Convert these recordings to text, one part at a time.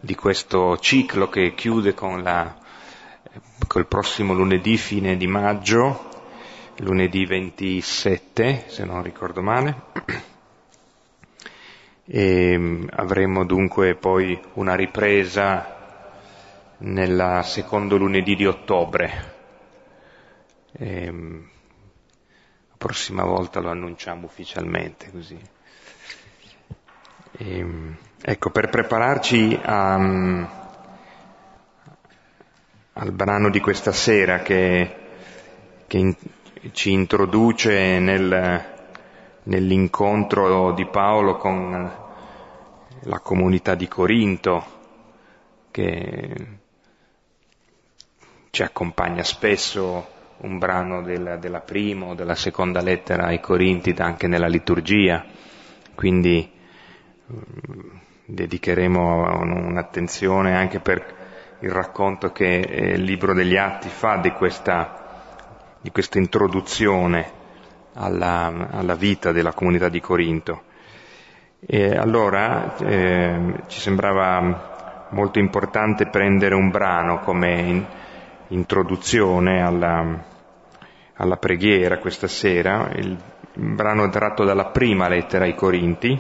di questo ciclo che chiude col prossimo lunedì, fine di maggio, lunedì 27, se non ricordo male. E avremo dunque poi una ripresa nella secondo lunedì di ottobre. La prossima volta lo annunciamo ufficialmente, così. Ecco, per prepararci al brano di questa sera che ci introduce nell'incontro di Paolo con la comunità di Corinto, che ci accompagna spesso un brano della prima o della seconda lettera ai Corinti, anche nella liturgia, quindi dedicheremo un'attenzione anche per il racconto che il libro degli Atti fa di questa introduzione alla vita della comunità di Corinto. E allora ci sembrava molto importante prendere un brano come introduzione alla preghiera questa sera, il brano tratto dalla prima lettera ai Corinti,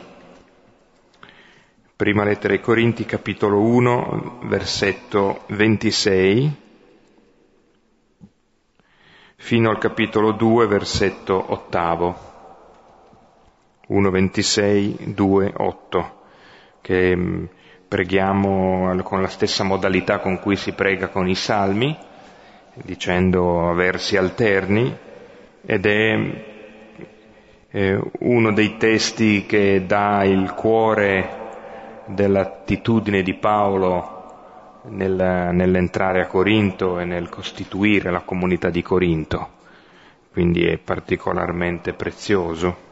capitolo 1, versetto 26, fino al capitolo 2, versetto 8. 1:26, 2:8, che preghiamo con la stessa modalità con cui si prega con i salmi, dicendo a versi alterni, ed è uno dei testi che dà il cuore dell'attitudine di Paolo nell'entrare a Corinto e nel costituire la comunità di Corinto, quindi è particolarmente prezioso.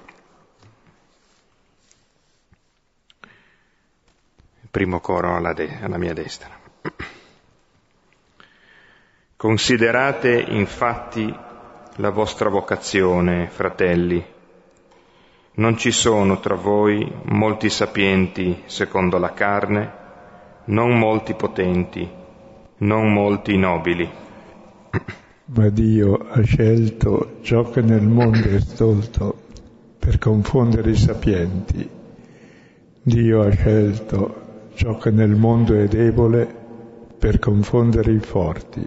Primo coro alla mia destra. Considerate infatti la vostra vocazione, fratelli. Non ci sono tra voi molti sapienti secondo la carne, non molti potenti, non molti nobili. Ma Dio ha scelto ciò che nel mondo è stolto per confondere i sapienti. Dio ha scelto ciò che nel mondo è debole per confondere i forti.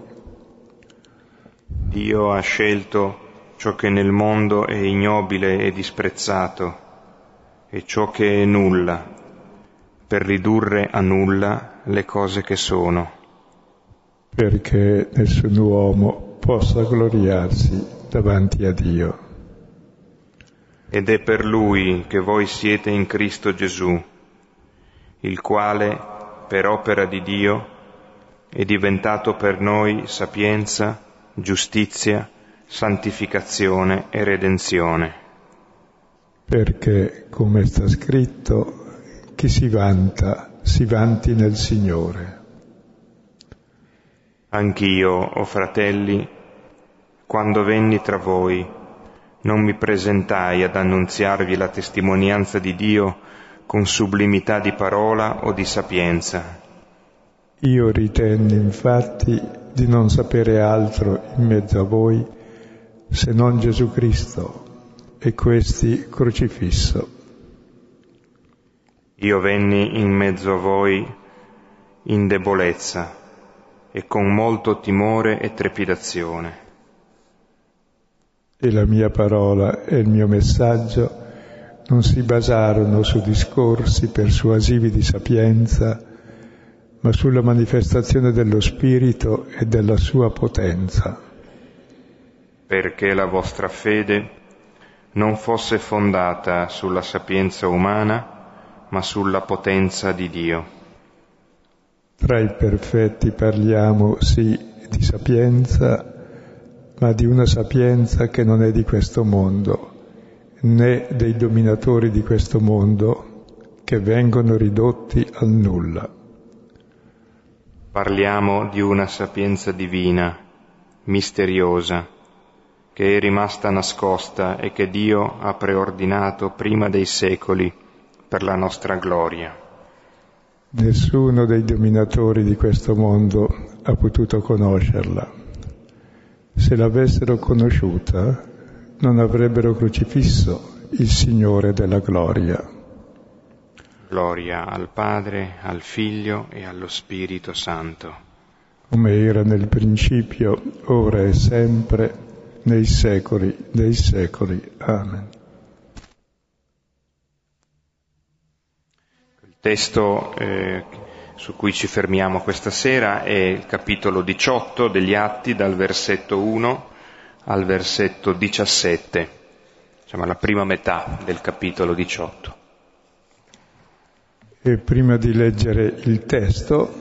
Dio ha scelto ciò che nel mondo è ignobile e disprezzato, e ciò che è nulla, per ridurre a nulla le cose che sono. Perché nessun uomo possa gloriarsi davanti a Dio. Ed è per Lui che voi siete in Cristo Gesù, il quale, per opera di Dio, è diventato per noi sapienza, giustizia, santificazione e redenzione. Perché, come sta scritto, chi si vanta, si vanti nel Signore. Anch'io, o fratelli, quando venni tra voi, non mi presentai ad annunziarvi la testimonianza di Dio con sublimità di parola o di sapienza. Io ritenni infatti di non sapere altro in mezzo a voi se non Gesù Cristo e questi crocifisso. Io venni in mezzo a voi in debolezza e con molto timore e trepidazione. E la mia parola e il mio messaggio non si basarono su discorsi persuasivi di sapienza, ma sulla manifestazione dello Spirito e della sua potenza. Perché la vostra fede non fosse fondata sulla sapienza umana, ma sulla potenza di Dio. Tra i perfetti parliamo sì di sapienza, ma di una sapienza che non è di questo mondo, né dei dominatori di questo mondo, che vengono ridotti al nulla. Parliamo di una sapienza divina, misteriosa, che è rimasta nascosta e che Dio ha preordinato prima dei secoli per la nostra gloria. Nessuno dei dominatori di questo mondo ha potuto conoscerla. Se l'avessero conosciuta, non avrebbero crocifisso il Signore della gloria. Gloria al Padre, al Figlio e allo Spirito Santo. Come era nel principio, ora e sempre, nei secoli dei secoli. Amen. Il testo su cui ci fermiamo questa sera è il capitolo 18 degli Atti, dal versetto 1 al versetto 17, diciamo la prima metà del capitolo 18. E prima di leggere il testo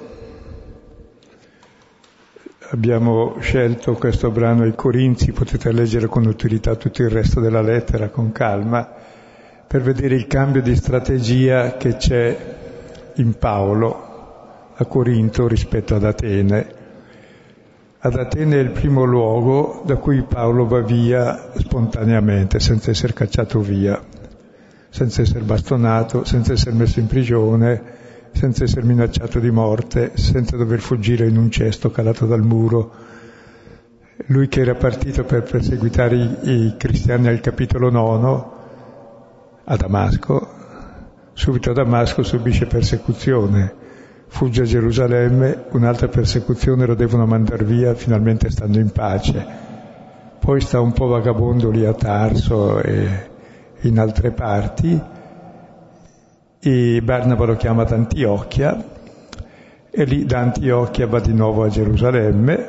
abbiamo scelto questo brano ai Corinzi, potete leggere con utilità tutto il resto della lettera con calma, per vedere il cambio di strategia che c'è in Paolo a Corinto rispetto ad Atene. Ad Atene è il primo luogo da cui Paolo va via spontaneamente, senza essere cacciato via, senza essere bastonato, senza essere messo in prigione, senza essere minacciato di morte, senza dover fuggire in un cesto calato dal muro. Lui che era partito per perseguitare i cristiani al capitolo 9 a Damasco, subito a Damasco subisce persecuzione, fugge a Gerusalemme, un'altra persecuzione, lo devono mandare via, finalmente stando in pace. Poi sta un po' vagabondo lì a Tarso e in altre parti, e Barnaba lo chiama ad Antiochia, e lì da Antiochia va di nuovo a Gerusalemme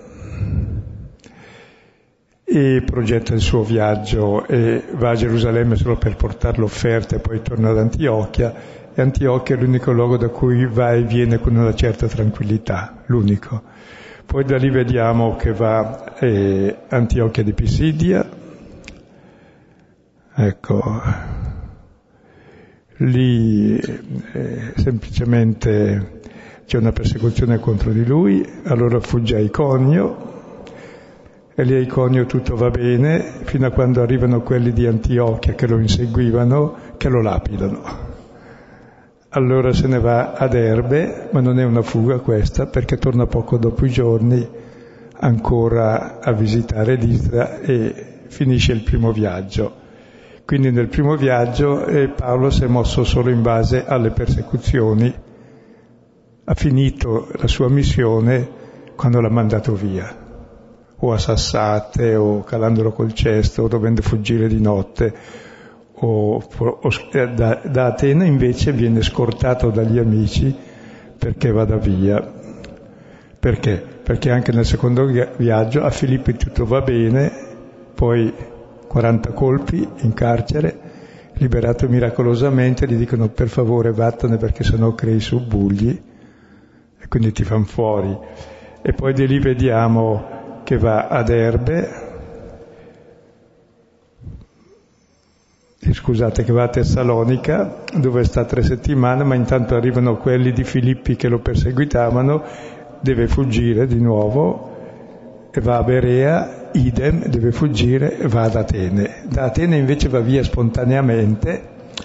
e progetta il suo viaggio e va a Gerusalemme solo per portare l'offerta e poi torna ad Antiochia. E Antiochia è l'unico luogo da cui va e viene con una certa tranquillità, l'unico. Poi da lì vediamo che va a Antiochia di Pisidia, ecco, lì semplicemente c'è una persecuzione contro di lui, allora fugge a Iconio, e lì a Iconio tutto va bene, fino a quando arrivano quelli di Antiochia che lo inseguivano, che lo lapidano. Allora se ne va ad Erbe, ma non è una fuga questa, perché torna poco dopo i giorni ancora a visitare Listra e finisce il primo viaggio. Quindi nel primo viaggio Paolo si è mosso solo in base alle persecuzioni, ha finito la sua missione quando l'ha mandato via, o a sassate, o calandolo col cesto, o dovendo fuggire di notte, da Atene invece viene scortato dagli amici perché vada via. Perché? Perché anche nel secondo viaggio a Filippi tutto va bene, poi 40 colpi in carcere, liberato miracolosamente, gli dicono per favore vattene perché sennò crei subbugli, e quindi ti fan fuori. E poi di lì vediamo che va ad Erbe, che va a Tessalonica, dove sta 3 settimane, ma intanto arrivano quelli di Filippi che lo perseguitavano, deve fuggire di nuovo, e va a Berea, idem, deve fuggire e va ad Atene. Da Atene invece va via spontaneamente,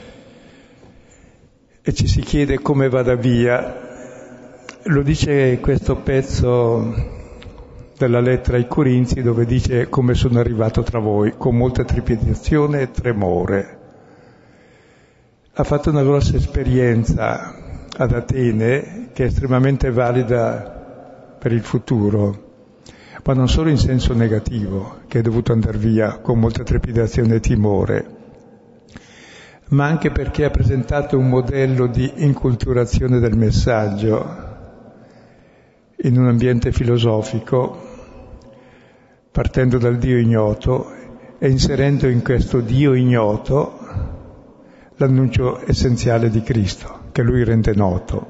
e ci si chiede come vada via. Lo dice questo pezzo della lettera ai Corinzi, dove dice come sono arrivato tra voi, con molta trepidazione e tremore. Ha fatto una grossa esperienza ad Atene, che è estremamente valida per il futuro, ma non solo in senso negativo, che è dovuto andare via con molta trepidazione e timore, ma anche perché ha presentato un modello di inculturazione del messaggio in un ambiente filosofico, partendo dal Dio ignoto e inserendo in questo Dio ignoto l'annuncio essenziale di Cristo, che lui rende noto.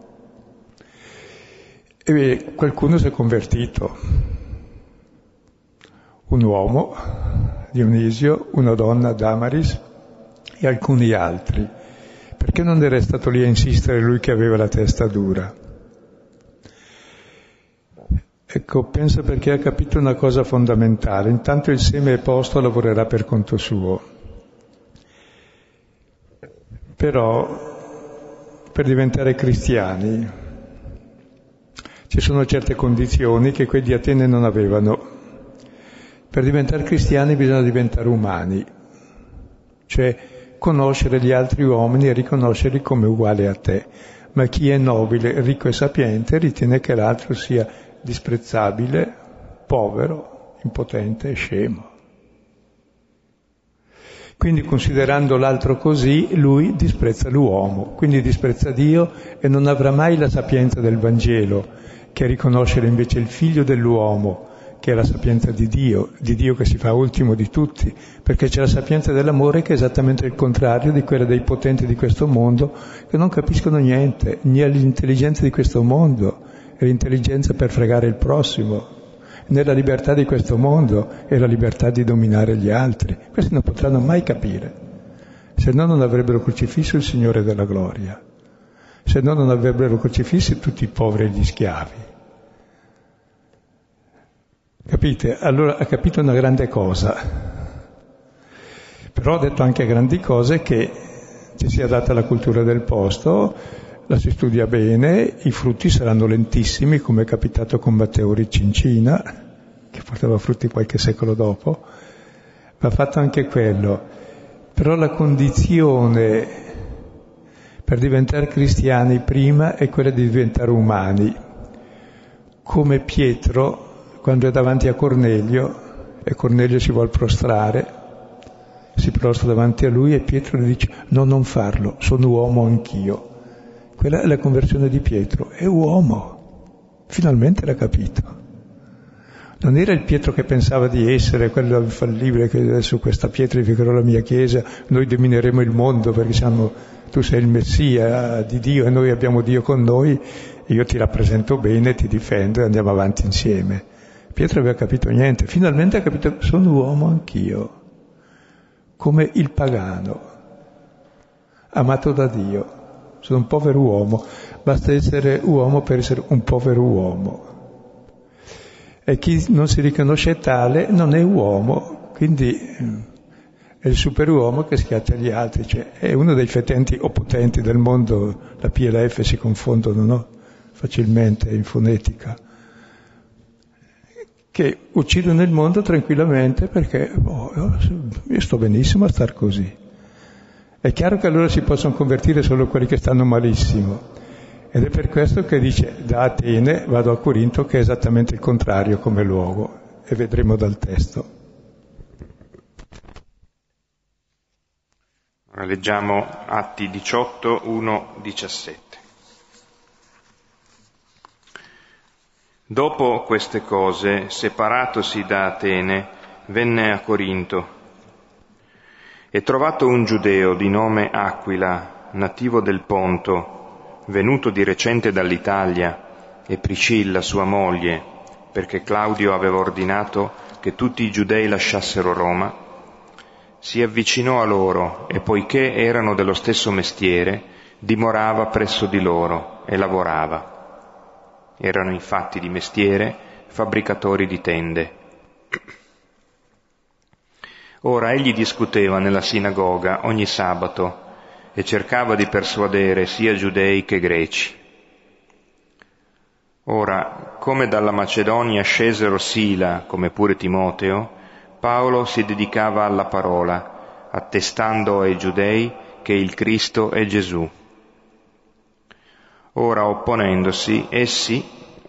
E qualcuno si è convertito, un uomo, Dionisio, una donna, Damaris, e alcuni altri. Perché non è restato lì a insistere lui che aveva la testa dura? Ecco, penso perché ha capito una cosa fondamentale. Intanto il seme posto lavorerà per conto suo. Però per diventare cristiani ci sono certe condizioni che quelli di Atene non avevano. Per diventare cristiani bisogna diventare umani, cioè conoscere gli altri uomini e riconoscerli come uguali a te. Ma chi è nobile, ricco e sapiente ritiene che l'altro sia disprezzabile, povero, impotente e scemo. Quindi considerando l'altro così, lui disprezza l'uomo, quindi disprezza Dio e non avrà mai la sapienza del Vangelo, che è riconoscere invece il figlio dell'uomo, che è la sapienza di Dio che si fa ultimo di tutti, perché c'è la sapienza dell'amore che è esattamente il contrario di quella dei potenti di questo mondo, che non capiscono niente, né l'intelligenza di questo mondo, e l'intelligenza per fregare il prossimo, né la libertà di questo mondo e la libertà di dominare gli altri. Questi non potranno mai capire, se no non avrebbero crocifisso il Signore della gloria, se no non avrebbero crocifisso tutti i poveri e gli schiavi. Capite? Allora ha capito una grande cosa, però ha detto anche grandi cose, che ci sia data la cultura del posto, la si studia bene, i frutti saranno lentissimi, come è capitato con Matteo Riccincina, che portava frutti qualche secolo dopo. Va fatto anche quello. Però la condizione per diventare cristiani prima è quella di diventare umani, come Pietro quando è davanti a Cornelio e Cornelio si vuol prostrare, si prostra davanti a lui e Pietro gli dice: no, non farlo, sono uomo anch'io. Quella è la conversione di Pietro, è uomo, finalmente l'ha capito. Non era il Pietro che pensava di essere quello infallibile, che adesso questa pietra edificherò la mia chiesa, noi domineremo il mondo perché tu sei il Messia di Dio e noi abbiamo Dio con noi, e io ti rappresento bene, ti difendo e andiamo avanti insieme. Pietro aveva capito niente, finalmente ha capito: sono uomo anch'io, come il pagano, amato da Dio. Sono un povero uomo, basta essere uomo per essere un povero uomo. E chi non si riconosce tale non è uomo, quindi è il superuomo che schiaccia gli altri. Cioè, è uno dei fetenti o potenti del mondo, la P e la F si confondono, no? Facilmente in fonetica, che uccidono il mondo tranquillamente perché io sto benissimo a star così. È chiaro che allora si possono convertire solo quelli che stanno malissimo, ed è per questo che dice: da Atene vado a Corinto, che è esattamente il contrario come luogo, e vedremo dal testo. Ora leggiamo Atti 18, 1, 17. Dopo queste cose, separatosi da Atene, venne a Corinto. E trovato un giudeo di nome Aquila, nativo del Ponto, venuto di recente dall'Italia, e Priscilla, sua moglie, perché Claudio aveva ordinato che tutti i giudei lasciassero Roma, si avvicinò a loro e, poiché erano dello stesso mestiere, dimorava presso di loro e lavorava. Erano infatti di mestiere fabbricatori di tende. Ora egli discuteva nella sinagoga ogni sabato e cercava di persuadere sia giudei che greci. Ora, come dalla Macedonia scesero Sila come pure Timoteo, Paolo si dedicava alla parola, attestando ai giudei che il Cristo è Gesù. Ora opponendosi essi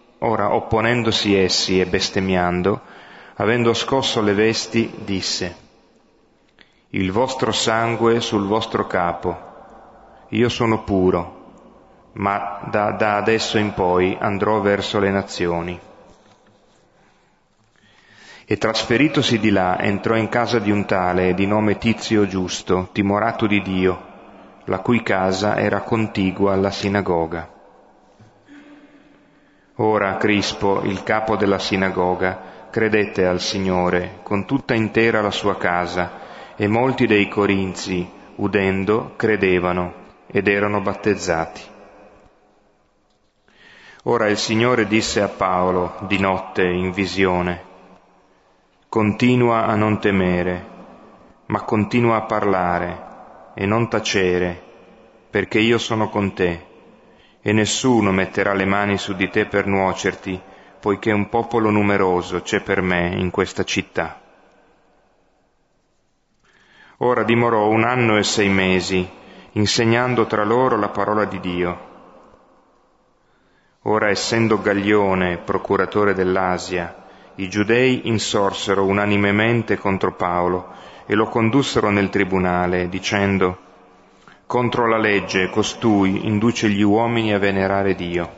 e bestemmiando, avendo scosso le vesti, disse: il vostro sangue sul vostro capo, io sono puro, ma da adesso in poi andrò verso le nazioni. E trasferitosi di là entrò in casa di un tale di nome Tizio Giusto, timorato di Dio, la cui casa era contigua alla sinagoga. Ora Crispo, il capo della sinagoga, credette al Signore con tutta intera la sua casa, e molti dei corinzi, udendo, credevano ed erano battezzati. Ora il Signore disse a Paolo di notte in visione: continua a non temere, ma continua a parlare e non tacere, perché io sono con te e nessuno metterà le mani su di te per nuocerti, poiché un popolo numeroso c'è per me in questa città. Ora dimorò 1 anno e 6 mesi, insegnando tra loro la parola di Dio. Ora, essendo Gaglione procuratore dell'Asia, i giudei insorsero unanimemente contro Paolo e lo condussero nel tribunale, dicendo: «Contro la legge costui induce gli uomini a venerare Dio».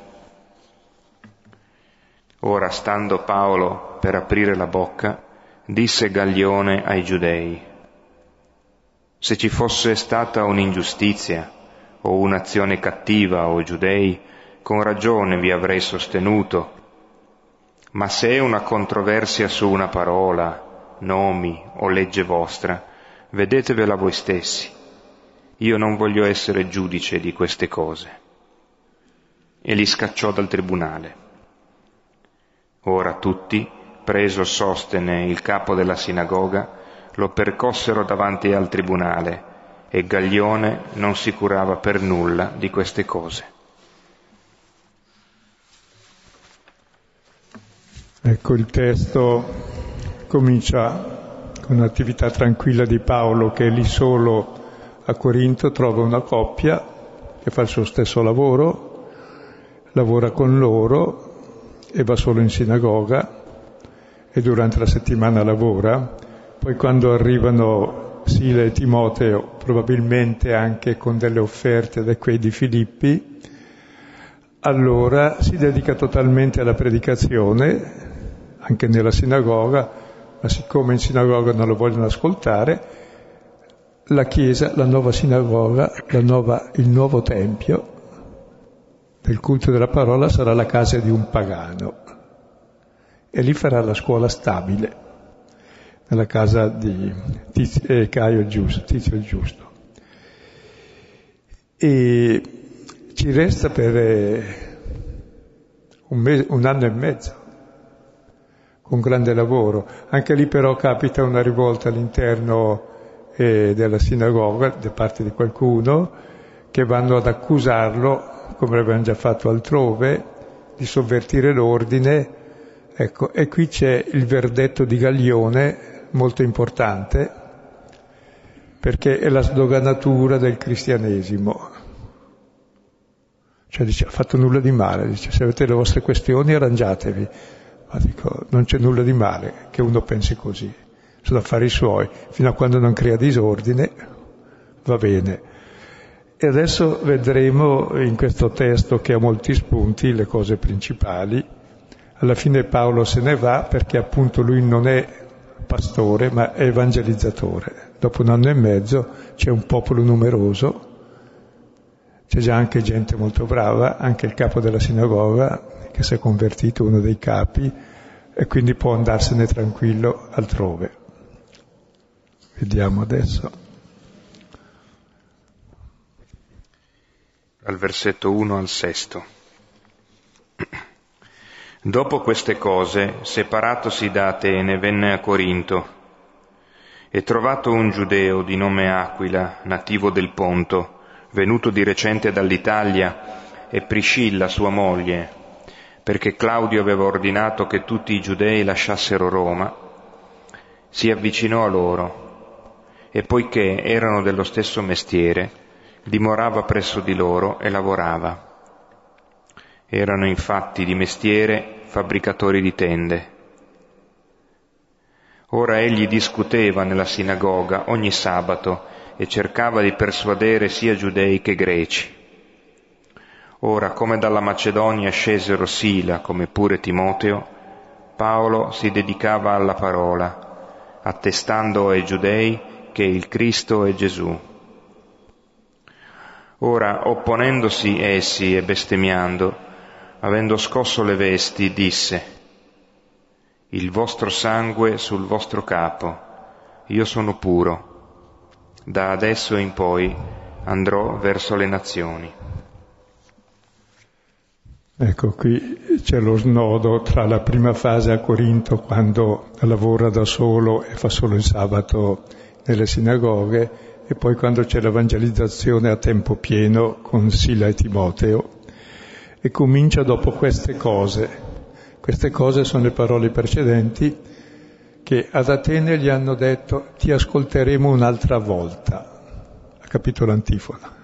Ora, stando Paolo per aprire la bocca, disse Gaglione ai giudei: «Se ci fosse stata un'ingiustizia o un'azione cattiva, o giudei, con ragione vi avrei sostenuto. Ma se è una controversia su una parola, nomi o legge vostra, vedetevela voi stessi. Io non voglio essere giudice di queste cose». E li scacciò dal tribunale. Ora tutti, preso Sostene, il capo della sinagoga, lo percossero davanti al tribunale, e Gaglione non si curava per nulla di queste cose. Ecco, il testo comincia con un'attività tranquilla di Paolo, che è lì solo a Corinto, trova una coppia che fa il suo stesso lavoro, lavora con loro e va solo in sinagoga, e durante la settimana lavora. Poi quando arrivano Sila e Timoteo, probabilmente anche con delle offerte da quei di Filippi, allora si dedica totalmente alla predicazione, anche nella sinagoga, ma siccome in sinagoga non lo vogliono ascoltare, la Chiesa, la nuova sinagoga, il nuovo Tempio del culto della parola sarà la casa di un pagano, e lì farà la scuola stabile, nella casa di Tizio il Giusto. E ci resta per un anno e mezzo, con grande lavoro. Anche lì però capita una rivolta all'interno della sinagoga da parte di qualcuno, che vanno ad accusarlo, come avevano già fatto altrove, di sovvertire l'ordine. Ecco, e qui c'è il verdetto di Gaglione, molto importante, perché è la sdoganatura del cristianesimo. Cioè dice: ha fatto nulla di male, dice: se avete le vostre questioni arrangiatevi. Ma dico, non c'è nulla di male che uno pensi così, sono affari suoi, fino a quando non crea disordine va bene. E adesso vedremo in questo testo, che ha molti spunti, le cose principali. Alla fine Paolo se ne va, perché appunto lui non è pastore ma è evangelizzatore. Dopo 1 anno e mezzo c'è un popolo numeroso, c'è già anche gente molto brava, anche il capo della sinagoga che si è convertito, uno dei capi, e quindi può andarsene tranquillo altrove. Vediamo adesso. Dal versetto 1 al 6. Dopo queste cose, separatosi da Atene, venne a Corinto, e trovato un giudeo di nome Aquila, nativo del Ponto, venuto di recente dall'Italia, e Priscilla, sua moglie, perché Claudio aveva ordinato che tutti i giudei lasciassero Roma, si avvicinò a loro, e poiché erano dello stesso mestiere, dimorava presso di loro e lavorava. Erano infatti di mestiere fabbricatori di tende. Ora egli discuteva nella sinagoga ogni sabato e cercava di persuadere sia giudei che greci. Ora, come dalla Macedonia scesero Sila, come pure Timoteo, Paolo si dedicava alla parola, attestando ai giudei che il Cristo è Gesù. Ora, opponendosi essi e bestemmiando, avendo scosso le vesti, disse: «Il vostro sangue sul vostro capo, io sono puro. Da adesso in poi andrò verso le nazioni». Ecco, qui c'è lo snodo tra la prima fase a Corinto, quando lavora da solo e fa solo il sabato nelle sinagoghe, e poi quando c'è l'evangelizzazione a tempo pieno con Sila e Timoteo. e comincia dopo queste cose. Queste cose sono le parole precedenti che ad Atene gli hanno detto ti ascolteremo un'altra volta. Ha capito l'antifona?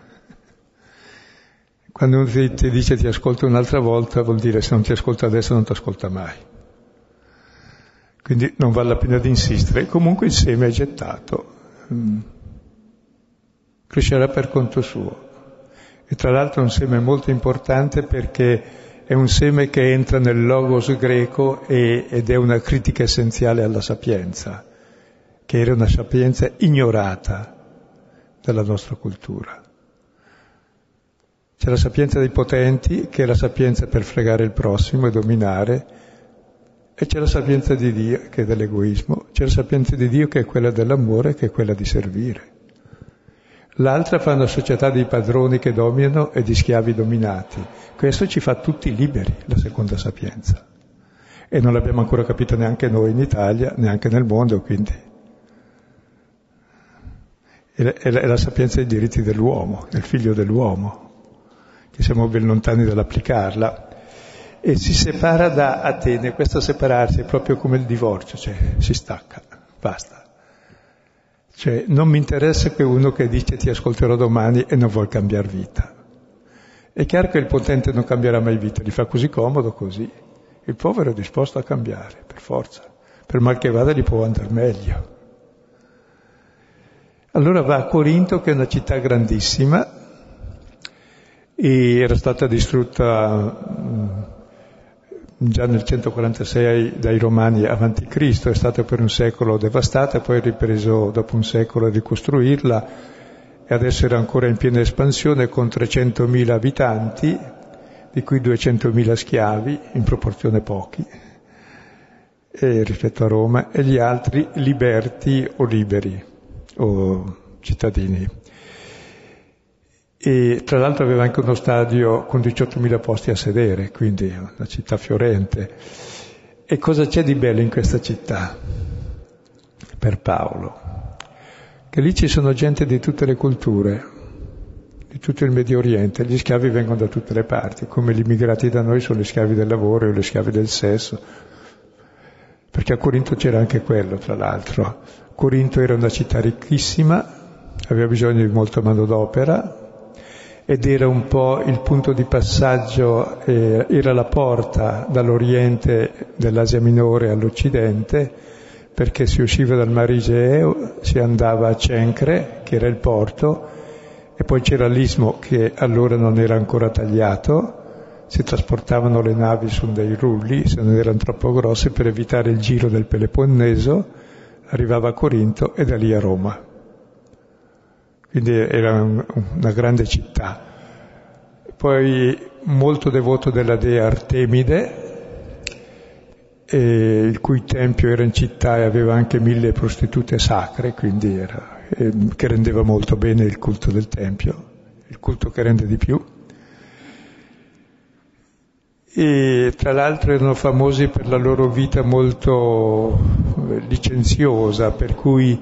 Quando uno ti dice ti ascolto un'altra volta vuol dire se non ti ascolta adesso non ti ascolta mai. Quindi non vale la pena di insistere. Comunque il seme è gettato. Crescerà per conto suo. E tra l'altro è un seme molto importante perché è un seme che entra nel logos greco ed è una critica essenziale alla sapienza, che era una sapienza ignorata dalla nostra cultura. C'è la sapienza dei potenti, che è la sapienza per fregare il prossimo e dominare, e c'è la sapienza di Dio, che è dell'egoismo, c'è la sapienza di Dio che è quella dell'amore, che è quella di servire. L'altra fa una società di padroni che dominano e di schiavi dominati. Questo ci fa tutti liberi, la seconda sapienza. E non l'abbiamo ancora capito neanche noi in Italia, neanche nel mondo, quindi. È la sapienza dei diritti dell'uomo, del figlio dell'uomo, che siamo ben lontani dall'applicarla. E si separa da Atene. Questo separarsi è proprio come il divorzio, cioè si stacca, basta. Cioè, non mi interessa che uno che dice ti ascolterò domani e non vuol cambiare vita. È chiaro che il potente non cambierà mai vita, gli fa così comodo così. Il povero è disposto a cambiare, per forza. Per mal che vada gli può andare meglio. Allora va a Corinto, che è una città grandissima, e era stata distrutta già nel 146 dai Romani avanti Cristo, è stata per un secolo devastata, poi è ripreso dopo un secolo a ricostruirla e adesso era ancora in piena espansione con 300.000 abitanti, di cui 200.000 schiavi, in proporzione pochi, rispetto a Roma, e gli altri liberti o liberi o cittadini. E tra l'altro aveva anche uno stadio con 18.000 posti a sedere, quindi una città fiorente. E cosa c'è di bello in questa città? Per Paolo, che lì ci sono gente di tutte le culture, di tutto il Medio Oriente, gli schiavi vengono da tutte le parti, come gli immigrati da noi sono gli schiavi del lavoro o gli schiavi del sesso, perché a Corinto c'era anche quello, tra l'altro. Corinto era una città ricchissima, aveva bisogno di molta manodopera, ed era un po' il punto di passaggio, era la porta dall'Oriente dell'Asia Minore all'Occidente, perché si usciva dal Mar Egeo, si andava a Cencre, che era il porto, e poi c'era l'Istmo che allora non era ancora tagliato, si trasportavano le navi su dei rulli, se non erano troppo grosse, per evitare il giro del Peloponneso, arrivava a Corinto e da lì a Roma. Quindi era una grande città. Poi molto devoto della dea Artemide, il cui tempio era in città e aveva anche 1000 prostitute sacre, quindi che rendeva molto bene il culto del tempio, il culto che rende di più. E tra l'altro erano famosi per la loro vita molto licenziosa, per cui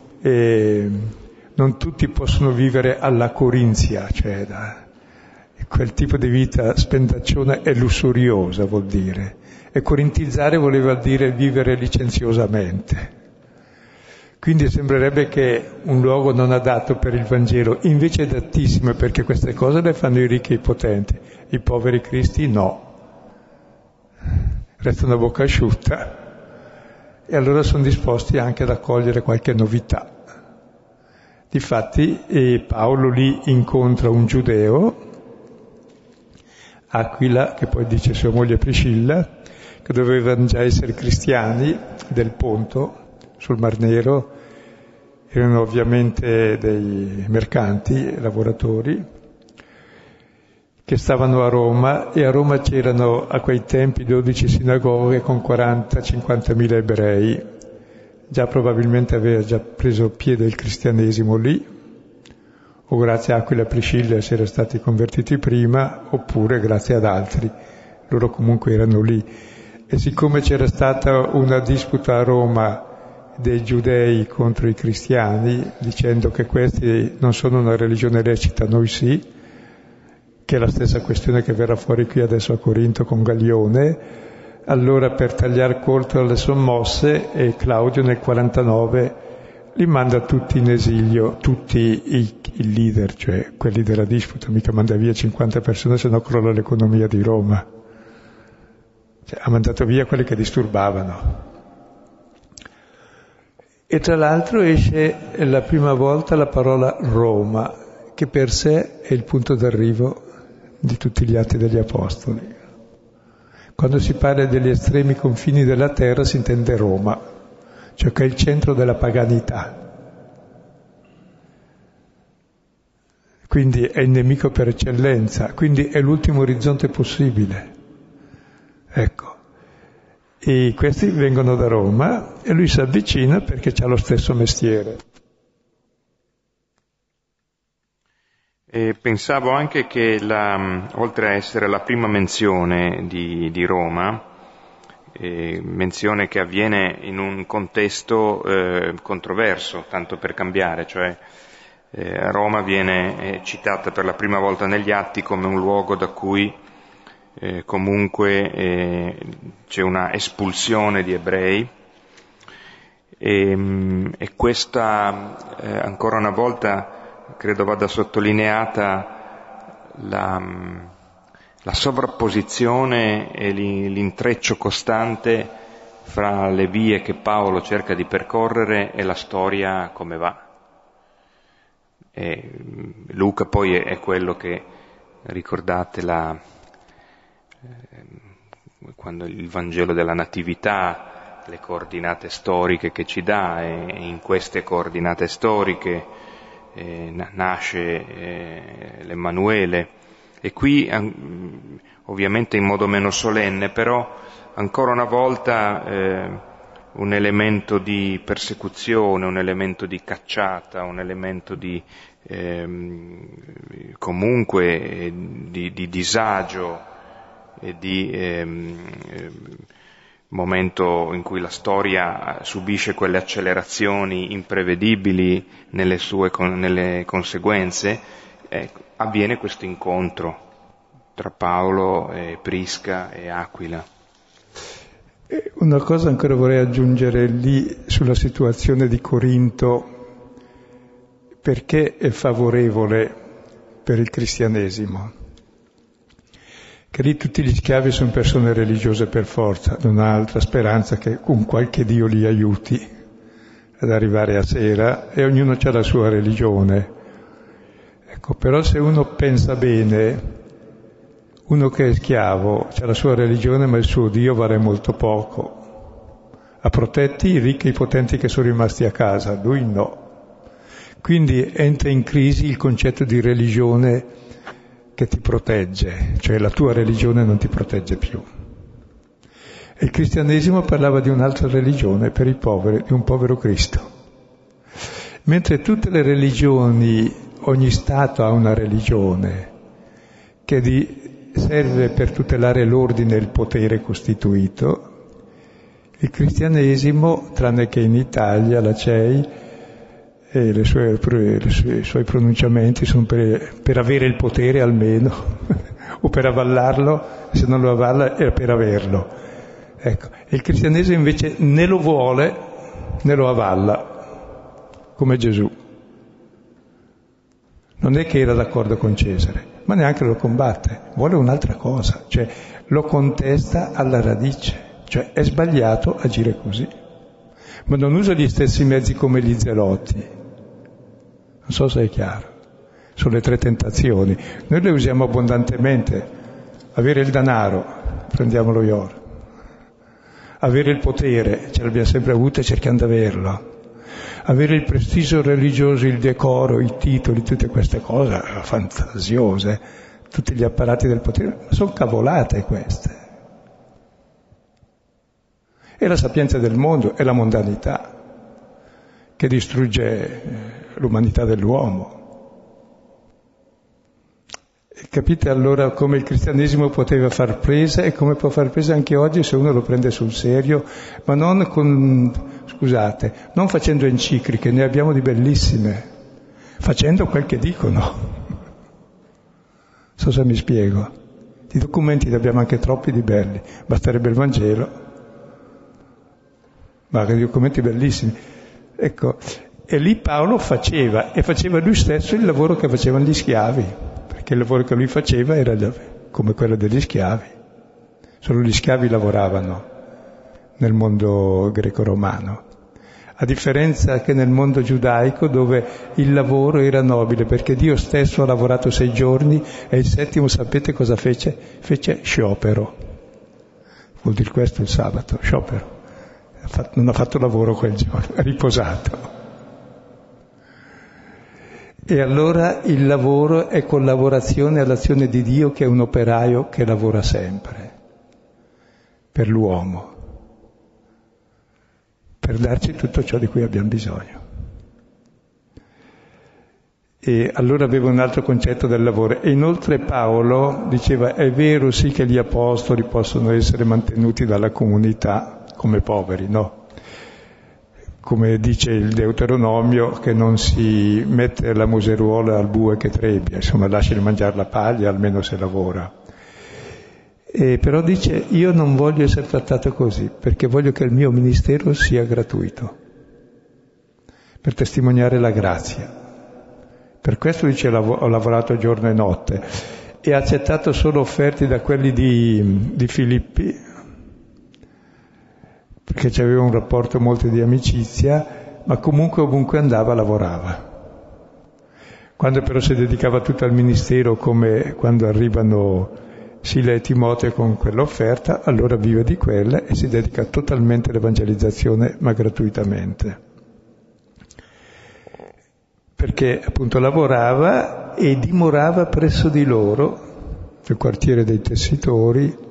non tutti possono vivere alla corinzia, cioè quel tipo di vita spendacciona e lussuriosa vuol dire. E corintizzare voleva dire vivere licenziosamente. Quindi sembrerebbe che un luogo non adatto per il Vangelo, invece è adattissimo, perché queste cose le fanno i ricchi e i potenti, i poveri cristi no. Restano a bocca asciutta e allora sono disposti anche ad accogliere qualche novità. Difatti Paolo lì incontra un giudeo, Aquila, che poi dice sua moglie Priscilla, che dovevano già essere cristiani del Ponto, sul Mar Nero, erano ovviamente dei mercanti, lavoratori, che stavano a Roma, e a Roma c'erano a quei tempi 12 sinagoghe con 40-50.000 ebrei. Già probabilmente aveva già preso piede il cristianesimo lì, o grazie a Aquila e Priscilla si era stati convertiti prima, oppure grazie ad altri. Loro comunque erano lì. E siccome c'era stata una disputa a Roma dei giudei contro i cristiani, dicendo che questi non sono una religione lecita, noi sì, che è la stessa questione che verrà fuori qui adesso a Corinto con Gallione. Allora, per tagliar corto alle sommosse, Claudio nel 49 li manda tutti in esilio, tutti i leader, cioè quelli della disputa, mica manda via 50 persone, se no crolla l'economia di Roma. Cioè, ha mandato via quelli che disturbavano. E tra l'altro esce la prima volta la parola Roma, che per sé è il punto d'arrivo di tutti gli atti degli Apostoli. Quando si parla degli estremi confini della terra si intende Roma, cioè che è il centro della paganità. Quindi è il nemico per eccellenza, quindi è l'ultimo orizzonte possibile. Ecco. E questi vengono da Roma e lui si avvicina perché ha lo stesso mestiere. E pensavo anche che oltre a essere la prima menzione di Roma, menzione che avviene in un contesto controverso, tanto per cambiare, cioè Roma viene citata per la prima volta negli Atti come un luogo da cui comunque c'è una espulsione di ebrei e questa ancora una volta credo vada sottolineata la sovrapposizione e l'intreccio costante fra le vie che Paolo cerca di percorrere e la storia come va. E Luca poi è quello che, ricordate quando il Vangelo della Natività, le coordinate storiche che ci dà, e in queste coordinate storiche nasce l'Emmanuele, e qui ovviamente in modo meno solenne, però ancora una volta un elemento di persecuzione, un elemento di cacciata, un elemento di comunque di disagio e di momento in cui la storia subisce quelle accelerazioni imprevedibili nelle conseguenze, avviene questo incontro tra Paolo e Prisca e Aquila. Una cosa ancora vorrei aggiungere lì sulla situazione di Corinto, perché è favorevole per il cristianesimo. Che lì tutti gli schiavi sono persone religiose per forza, non ha altra speranza che un qualche Dio li aiuti ad arrivare a sera, e ognuno ha la sua religione. Ecco, però se uno pensa bene, uno che è schiavo ha la sua religione ma il suo Dio vale molto poco. Ha protetti i ricchi e i potenti che sono rimasti a casa, lui no. Quindi entra in crisi il concetto di religione che ti protegge, cioè la tua religione non ti protegge più. E il cristianesimo parlava di un'altra religione per i poveri, di un povero Cristo. Mentre tutte le religioni, ogni Stato ha una religione che serve per tutelare l'ordine e il potere costituito, il cristianesimo, tranne che in Italia, la CEI, e i suoi pronunciamenti sono per avere il potere almeno, o per avallarlo, se non lo avalla è per averlo. Ecco. E il cristianesimo invece né lo vuole né lo avalla, come Gesù. Non è che era d'accordo con Cesare, ma neanche lo combatte, vuole un'altra cosa, cioè lo contesta alla radice, cioè è sbagliato agire così. Ma non usa gli stessi mezzi come gli zelotti. Non so se è chiaro. Sono le 3 tentazioni. Noi le usiamo abbondantemente. Avere il denaro, prendiamo lo IOR. Avere il potere, ce l'abbiamo sempre avuto e cerchiamo di averlo. Avere il prestigio religioso, il decoro, i titoli, tutte queste cose fantasiose, tutti gli apparati del potere, sono cavolate queste. È la sapienza del mondo, è la mondanità che distrugge l'umanità dell'uomo. E capite allora come il cristianesimo poteva far presa e come può far presa anche oggi se uno lo prende sul serio, ma non non facendo encicliche, ne abbiamo di bellissime, facendo quel che dicono. So se mi spiego. Di documenti ne abbiamo anche troppi di belli, basterebbe il Vangelo, ma che documenti bellissimi. Ecco, e lì Paolo faceva lui stesso il lavoro che facevano gli schiavi, perché il lavoro che lui faceva era come quello degli schiavi. Solo gli schiavi lavoravano nel mondo greco-romano, a differenza che nel mondo giudaico, dove il lavoro era nobile, perché Dio stesso ha lavorato 6 giorni e il 7° sapete cosa fece? Fece sciopero. Vuol dire questo il sabato, sciopero. Non ha fatto lavoro quel giorno, ha riposato. E allora il lavoro è collaborazione all'azione di Dio, che è un operaio che lavora sempre per l'uomo, per darci tutto ciò di cui abbiamo bisogno. E allora aveva un altro concetto del lavoro. E inoltre Paolo diceva: è vero sì che gli apostoli possono essere mantenuti dalla comunità come poveri, no? Come dice il Deuteronomio, che non si mette la museruola al bue che trebbia, insomma lasciali mangiare la paglia almeno se lavora. E però dice: io non voglio essere trattato così, perché voglio che il mio ministero sia gratuito, per testimoniare la grazia. Per questo dice: ho lavorato giorno e notte, e ha accettato solo offerte da quelli di Filippi, perché c'aveva un rapporto molto di amicizia, ma comunque ovunque andava lavorava. Quando però si dedicava tutto al ministero, come quando arrivano Sila e Timoteo con quell'offerta, allora vive di quella e si dedica totalmente all'evangelizzazione, ma gratuitamente. Perché appunto lavorava e dimorava presso di loro, nel quartiere dei tessitori.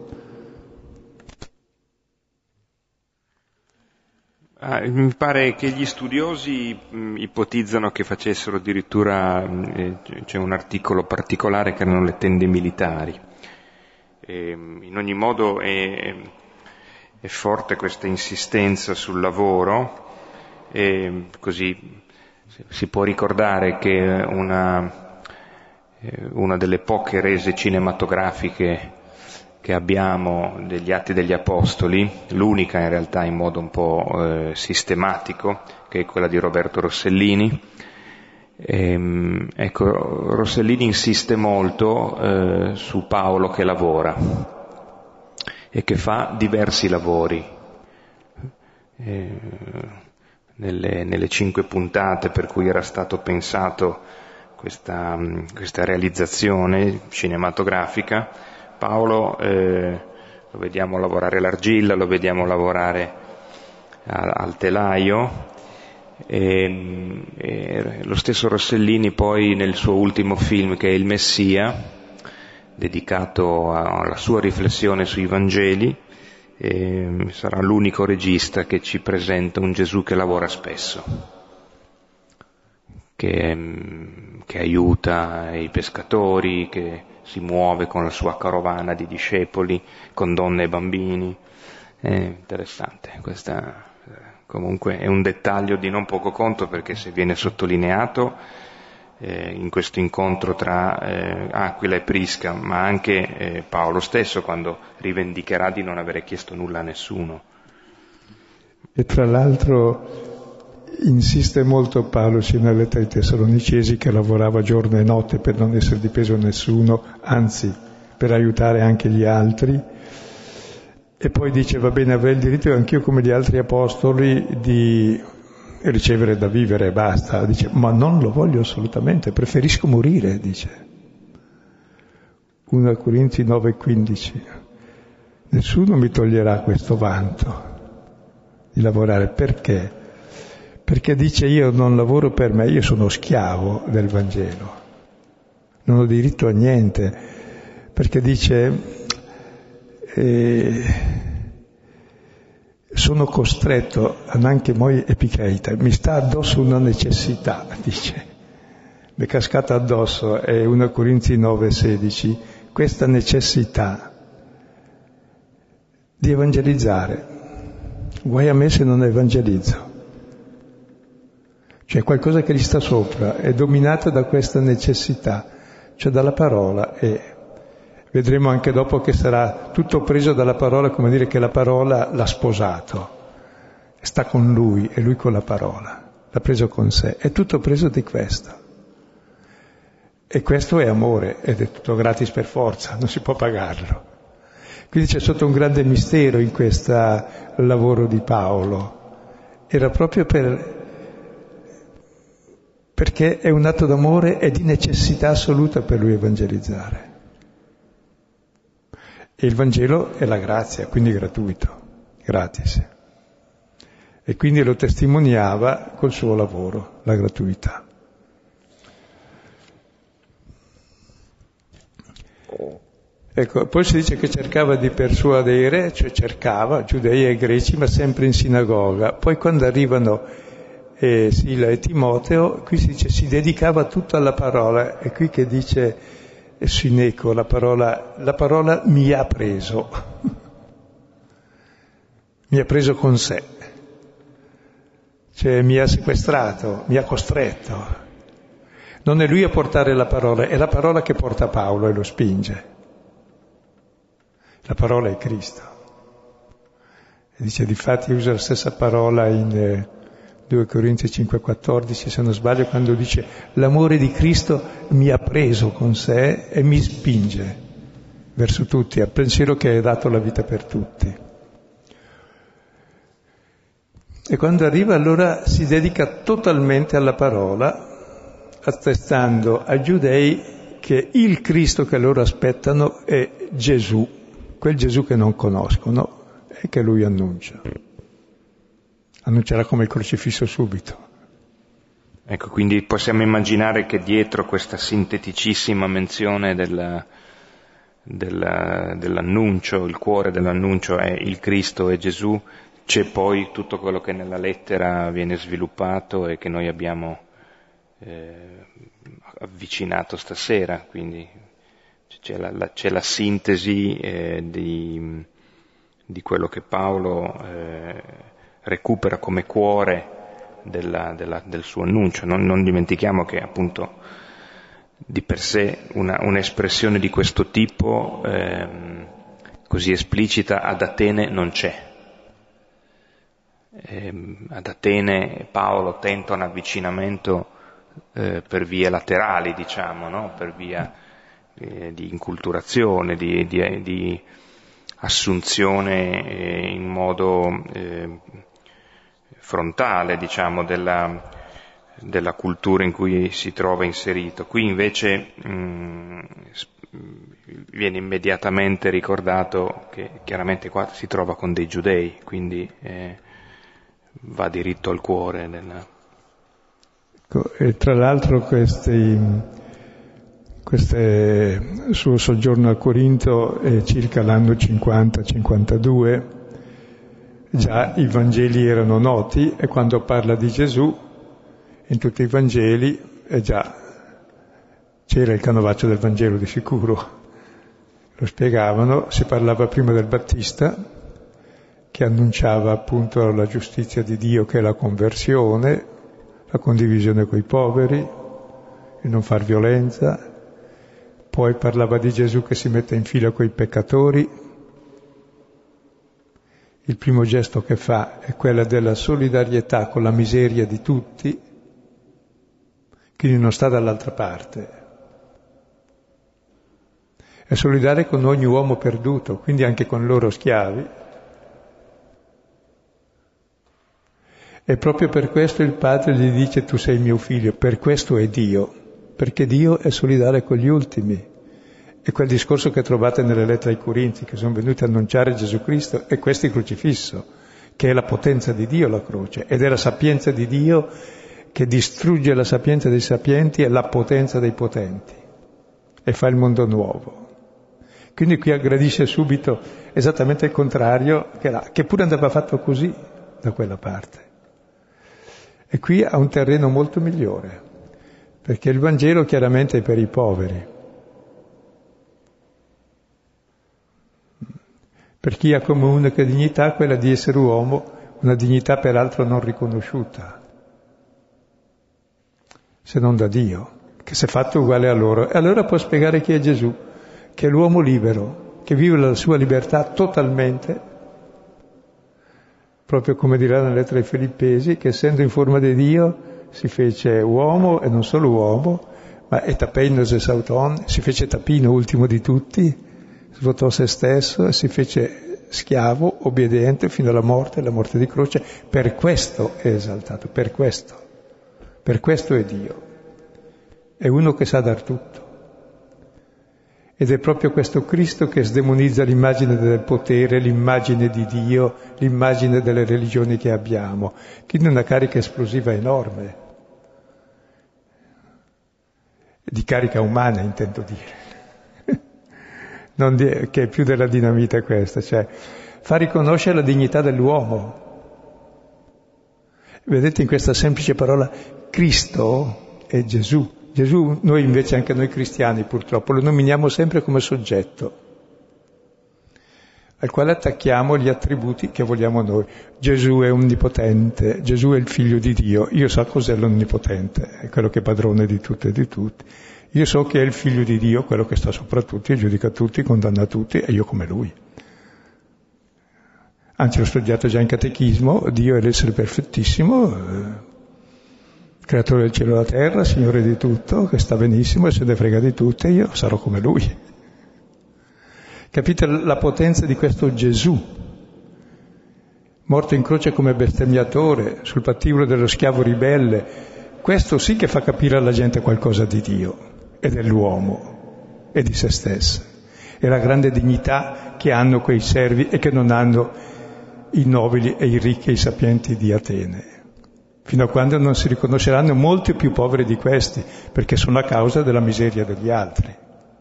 Mi pare che gli studiosi ipotizzano che facessero addirittura, c'è un articolo particolare che erano le tende militari. In ogni modo è forte questa insistenza sul lavoro, e così si può ricordare che una delle poche rese cinematografiche che abbiamo degli Atti degli Apostoli, l'unica in realtà in modo un po' sistematico, che è quella di Roberto Rossellini. Ecco, Rossellini insiste molto su Paolo che lavora e che fa diversi lavori. Nelle 5 puntate per cui era stato pensato questa realizzazione cinematografica, Paolo lo vediamo lavorare l'argilla, lo vediamo lavorare al telaio, e lo stesso Rossellini poi nel suo ultimo film, che è Il Messia, dedicato alla sua riflessione sui Vangeli, sarà l'unico regista che ci presenta un Gesù che lavora spesso, che aiuta i pescatori, che si muove con la sua carovana di discepoli, con donne e bambini. È interessante, questa comunque è un dettaglio di non poco conto, perché se viene sottolineato in questo incontro tra Aquila e Prisca, ma anche Paolo stesso quando rivendicherà di non avere chiesto nulla a nessuno. E tra l'altro insiste molto Paolo sia nella lettera ai Tessalonicesi, che lavorava giorno e notte per non essere dipeso da nessuno, anzi per aiutare anche gli altri. E poi dice: va bene, avrei il diritto anch'io come gli altri apostoli di ricevere da vivere e basta. Dice: ma non lo voglio assolutamente, preferisco morire, dice. 1 Corinzi 9,15. Nessuno mi toglierà questo vanto di lavorare. Perché? Perché dice: io non lavoro per me, io sono schiavo del Vangelo, non ho diritto a niente, perché dice sono costretto anche moi epikeita, mi sta addosso una necessità, dice, mi è cascata addosso, è 1 Corinzi 9,16, questa necessità di evangelizzare. Guai a me se non evangelizzo. Cioè qualcosa che gli sta sopra, è dominato da questa necessità, cioè dalla parola, e Vedremo anche dopo che sarà tutto preso dalla parola, come dire che la parola l'ha sposato, sta con lui e lui con la parola, l'ha preso con sé, è tutto preso di questo. E questo è amore ed è tutto gratis per forza, non si può pagarlo. Quindi c'è sotto un grande mistero in questo lavoro di Paolo. Era proprio perché è un atto d'amore e di necessità assoluta per lui evangelizzare. E il Vangelo è la grazia, quindi gratuito, gratis. E quindi lo testimoniava col suo lavoro, la gratuità. Ecco, poi si dice che cercava di persuadere, cioè cercava giudei e greci, ma sempre in sinagoga. Poi quando arrivano Sila e Timoteo, qui si dice si dedicava tutto alla parola. È qui che dice Sineco, la parola mi ha preso, mi ha preso con sé, cioè mi ha sequestrato, mi ha costretto. Non è lui a portare la parola, è la parola che porta Paolo e lo spinge. La parola è Cristo. E dice, difatti usa la stessa parola in 2 Corinzi 5,14, se non sbaglio, quando dice l'amore di Cristo mi ha preso con sé e mi spinge verso tutti, al pensiero che ha dato la vita per tutti. E quando arriva allora si dedica totalmente alla parola, attestando ai giudei che il Cristo che loro aspettano è Gesù, quel Gesù che non conoscono e che lui annuncia. Annuncerà come il crocifisso subito. Ecco, quindi possiamo immaginare che dietro questa sinteticissima menzione dell'annuncio, il cuore dell'annuncio è il Cristo e Gesù, c'è poi tutto quello che nella lettera viene sviluppato e che noi abbiamo avvicinato stasera, quindi c'è la sintesi di quello che Paolo recupera come cuore del suo annuncio. Non dimentichiamo che appunto di per sé un'espressione di questo tipo così esplicita ad Atene non c'è. Ad Atene Paolo tenta un avvicinamento per vie laterali, diciamo, no? Per via di inculturazione, di assunzione in modo frontale, diciamo, della cultura in cui si trova inserito. Qui invece viene immediatamente ricordato che chiaramente qua si trova con dei giudei, quindi va diritto al cuore. E tra l'altro il suo soggiorno a Corinto è circa l'anno 50-52, già i Vangeli erano noti e quando parla di Gesù in tutti i Vangeli c'era il canovaccio del Vangelo di sicuro, lo spiegavano, si parlava prima del Battista che annunciava appunto la giustizia di Dio che è la conversione, la condivisione coi poveri, il non far violenza. Poi parlava di Gesù che si mette in fila coi peccatori. Il primo gesto che fa è quello della solidarietà con la miseria di tutti, quindi non sta dall'altra parte. È solidale con ogni uomo perduto, quindi anche con loro schiavi. E proprio per questo il padre gli dice tu sei mio figlio, per questo è Dio. Perché Dio è solidale con gli ultimi. E quel discorso che trovate nelle lettere ai Corinzi, che sono venuti a annunciare Gesù Cristo, è questo il crocifisso, che è la potenza di Dio la croce, ed è la sapienza di Dio che distrugge la sapienza dei sapienti e la potenza dei potenti, e fa il mondo nuovo. Quindi qui aggredisce subito esattamente il contrario, che pure andava fatto così da quella parte. E qui ha un terreno molto migliore. Perché il Vangelo chiaramente è per i poveri. Per chi ha come unica dignità quella di essere uomo, una dignità peraltro non riconosciuta, se non da Dio, che si è fatto uguale a loro. E allora può spiegare chi è Gesù, che è l'uomo libero, che vive la sua libertà totalmente, proprio come dirà nella lettera ai Filippesi, che essendo in forma di Dio si fece uomo, e non solo uomo, ma etapeinos esauton, si fece tapino, ultimo di tutti, svuotò se stesso e si fece schiavo, obbediente fino alla morte di croce. Per questo è esaltato, per questo è Dio. È uno che sa dar tutto. Ed è proprio questo Cristo che sdemonizza l'immagine del potere, l'immagine di Dio, l'immagine delle religioni che abbiamo. Quindi una carica esplosiva enorme, di carica umana intendo dire, non che è più della dinamite questa, cioè fa riconoscere la dignità dell'uomo. Vedete in questa semplice parola Cristo è Gesù. Gesù, noi invece, anche noi cristiani purtroppo, lo nominiamo sempre come soggetto, al quale attacchiamo gli attributi che vogliamo noi. Gesù è onnipotente, Gesù è il figlio di Dio. Io so cos'è l'onnipotente, è quello che è padrone di tutto e di tutti. Io so che è il figlio di Dio, quello che sta sopra tutti, giudica tutti, condanna tutti, e io come lui. Anzi, l'ho studiato già in catechismo, Dio è l'essere perfettissimo, creatore del cielo e della terra, Signore di tutto, che sta benissimo e se ne frega di tutte, io sarò come Lui. Capite la potenza di questo Gesù, morto in croce come bestemmiatore, sul patibolo dello schiavo ribelle? Questo sì che fa capire alla gente qualcosa di Dio e dell'uomo e di se stesso. E la grande dignità che hanno quei servi e che non hanno i nobili e i ricchi e i sapienti di Atene. Fino a quando non si riconosceranno molti più poveri di questi, perché sono a causa della miseria degli altri.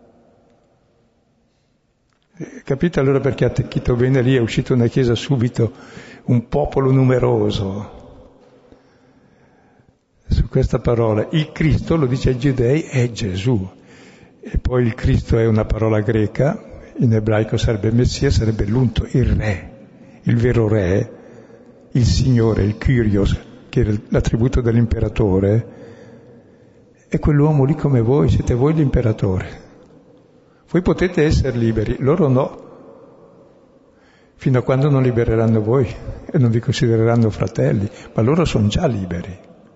Capite allora perché ha attecchito bene lì, è uscito una chiesa subito, un popolo numeroso, su questa parola. Il Cristo, lo dice ai giudei, è Gesù. E poi il Cristo è una parola greca, in ebraico sarebbe Messia, sarebbe l'unto, il re, il vero re, il Signore, il Kyrios, che è l'attributo dell'imperatore, è quell'uomo lì come voi, siete voi l'imperatore. Voi potete essere liberi, loro no, fino a quando non libereranno voi e non vi considereranno fratelli, ma loro sono già liberi,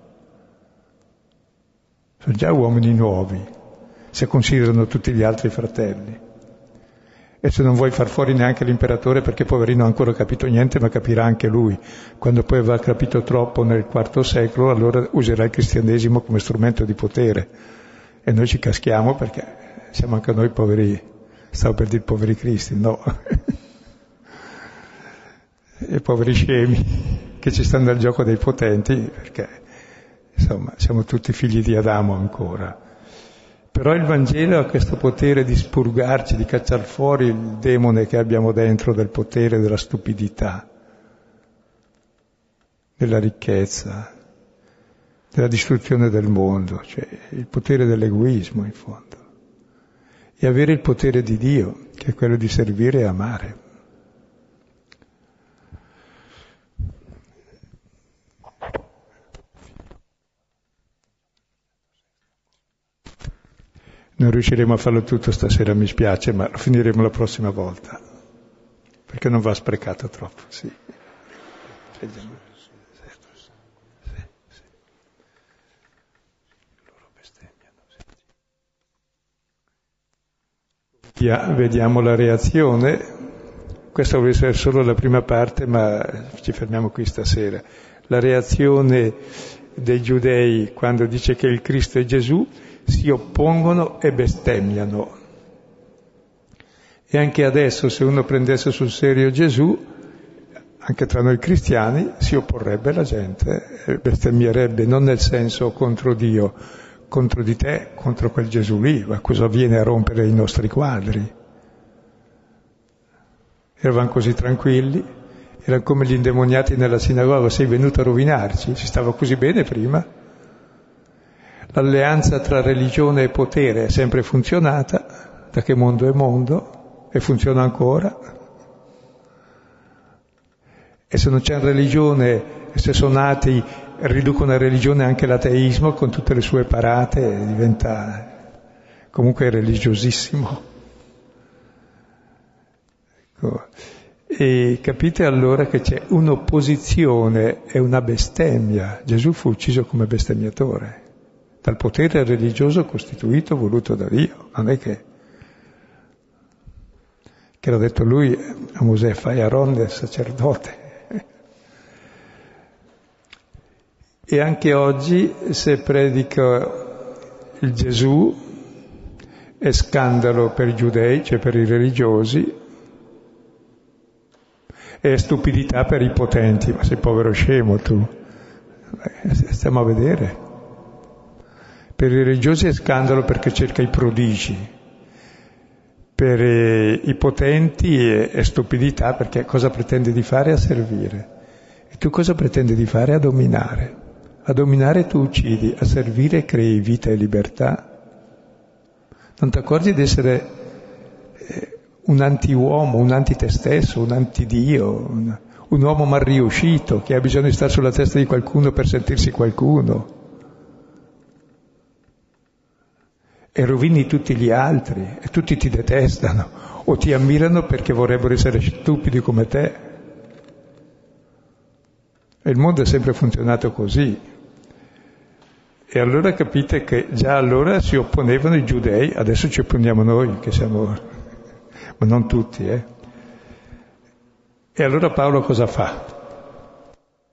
sono già uomini nuovi, se considerano tutti gli altri fratelli. E se non vuoi far fuori neanche l'imperatore, perché poverino non ha ancora capito niente, ma capirà anche lui. Quando poi avrà capito troppo nel IV secolo, allora userà il cristianesimo come strumento di potere. E noi ci caschiamo perché siamo anche noi poveri, stavo per dire poveri cristi, no? E poveri scemi che ci stanno al gioco dei potenti, perché insomma siamo tutti figli di Adamo ancora. Però il Vangelo ha questo potere di spurgarci, di cacciare fuori il demone che abbiamo dentro del potere, della stupidità, della ricchezza, della distruzione del mondo, cioè il potere dell'egoismo in fondo. E avere il potere di Dio, che è quello di servire e amare. Non riusciremo a farlo tutto stasera, mi spiace, ma lo finiremo la prossima volta, perché non va sprecato troppo, sì. Vediamo la reazione. Questa vuole essere solo la prima parte, ma ci fermiamo qui stasera. La reazione dei giudei quando dice che il Cristo è Gesù: si oppongono e bestemmiano. E anche adesso, se uno prendesse sul serio Gesù, anche tra noi cristiani, si opporrebbe la gente, e bestemmierebbe, non nel senso contro Dio, contro di te, contro quel Gesù lì, ma cosa viene a rompere i nostri quadri? Eravamo così tranquilli, erano come gli indemoniati nella sinagoga: sei venuto a rovinarci, si stava così bene prima. L'alleanza tra religione e potere è sempre funzionata, da che mondo è mondo, e funziona ancora. E se non c'è religione, se sono nati, riducono a religione anche l'ateismo con tutte le sue parate, diventa comunque religiosissimo. Ecco. E capite allora che c'è un'opposizione e una bestemmia. Gesù fu ucciso come bestemmiatore, dal potere religioso costituito, voluto da Dio. Non è che l'ha detto lui a Mosè, fai Aaron del sacerdote. E anche oggi, se predico il Gesù, è scandalo per i giudei, cioè per i religiosi, è stupidità per i potenti. Ma sei povero scemo tu. Stiamo a vedere. Per i religiosi è scandalo perché cerca i prodigi. Per i potenti è stupidità perché cosa pretende di fare? A servire. E tu cosa pretendi di fare? A dominare. A dominare tu uccidi, a servire crei vita e libertà. Non ti accorgi di essere un anti-uomo, un anti-te stesso, un anti-Dio, un uomo mal riuscito che ha bisogno di stare sulla testa di qualcuno per sentirsi qualcuno. E rovini tutti gli altri e tutti ti detestano o ti ammirano perché vorrebbero essere stupidi come te. E il mondo è sempre funzionato così. E allora capite che già allora si opponevano i giudei, adesso ci opponiamo noi, che siamo, ma non tutti, E allora Paolo cosa fa?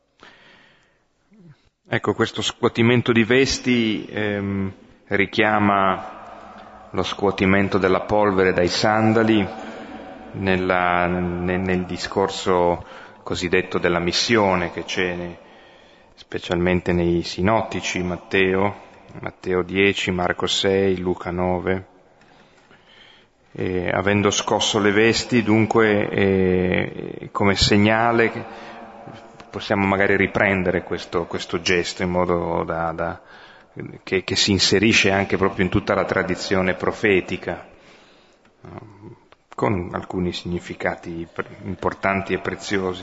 Ecco, questo scuotimento di vesti richiama lo scuotimento della polvere dai sandali nel discorso cosiddetto della missione che c'è specialmente nei sinottici, Matteo 10, Marco 6, Luca 9. Avendo scosso le vesti, dunque, come segnale possiamo magari riprendere questo gesto in modo che si inserisce anche proprio in tutta la tradizione profetica, con alcuni significati importanti e preziosi.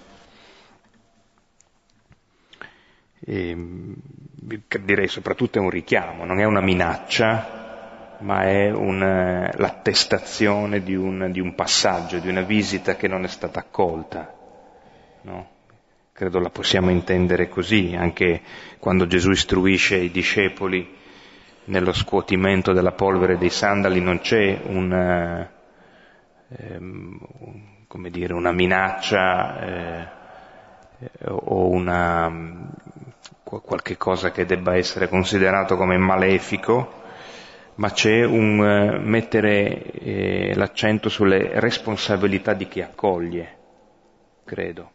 Direi soprattutto è un richiamo, non è una minaccia, ma è l'attestazione di un passaggio, di una visita che non è stata accolta, no? Credo la possiamo intendere così, anche quando Gesù istruisce i discepoli nello scuotimento della polvere dei sandali non c'è una minaccia o qualche cosa che debba essere considerato come malefico, ma c'è un mettere l'accento sulle responsabilità di chi accoglie, credo.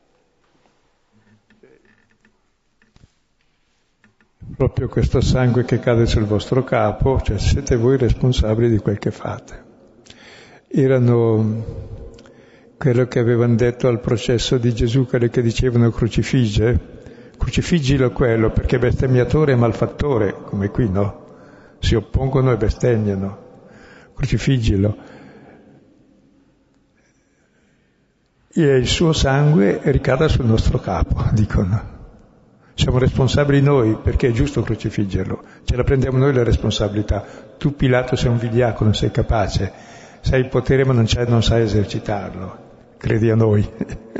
Proprio questo sangue che cade sul vostro capo, cioè siete voi responsabili di quel che fate. Erano quello che avevano detto al processo di Gesù, quelli che dicevano crucifiggilo quello, perché è bestemmiatore e malfattore, come qui, no? Si oppongono e bestemmiano, crucifiggilo. E il suo sangue ricada sul nostro capo, dicono. Siamo responsabili noi, perché è giusto crocifiggerlo, ce la prendiamo noi la responsabilità. Tu Pilato sei un vigliacco, non sei capace, sai il potere ma non sai esercitarlo, credi a noi.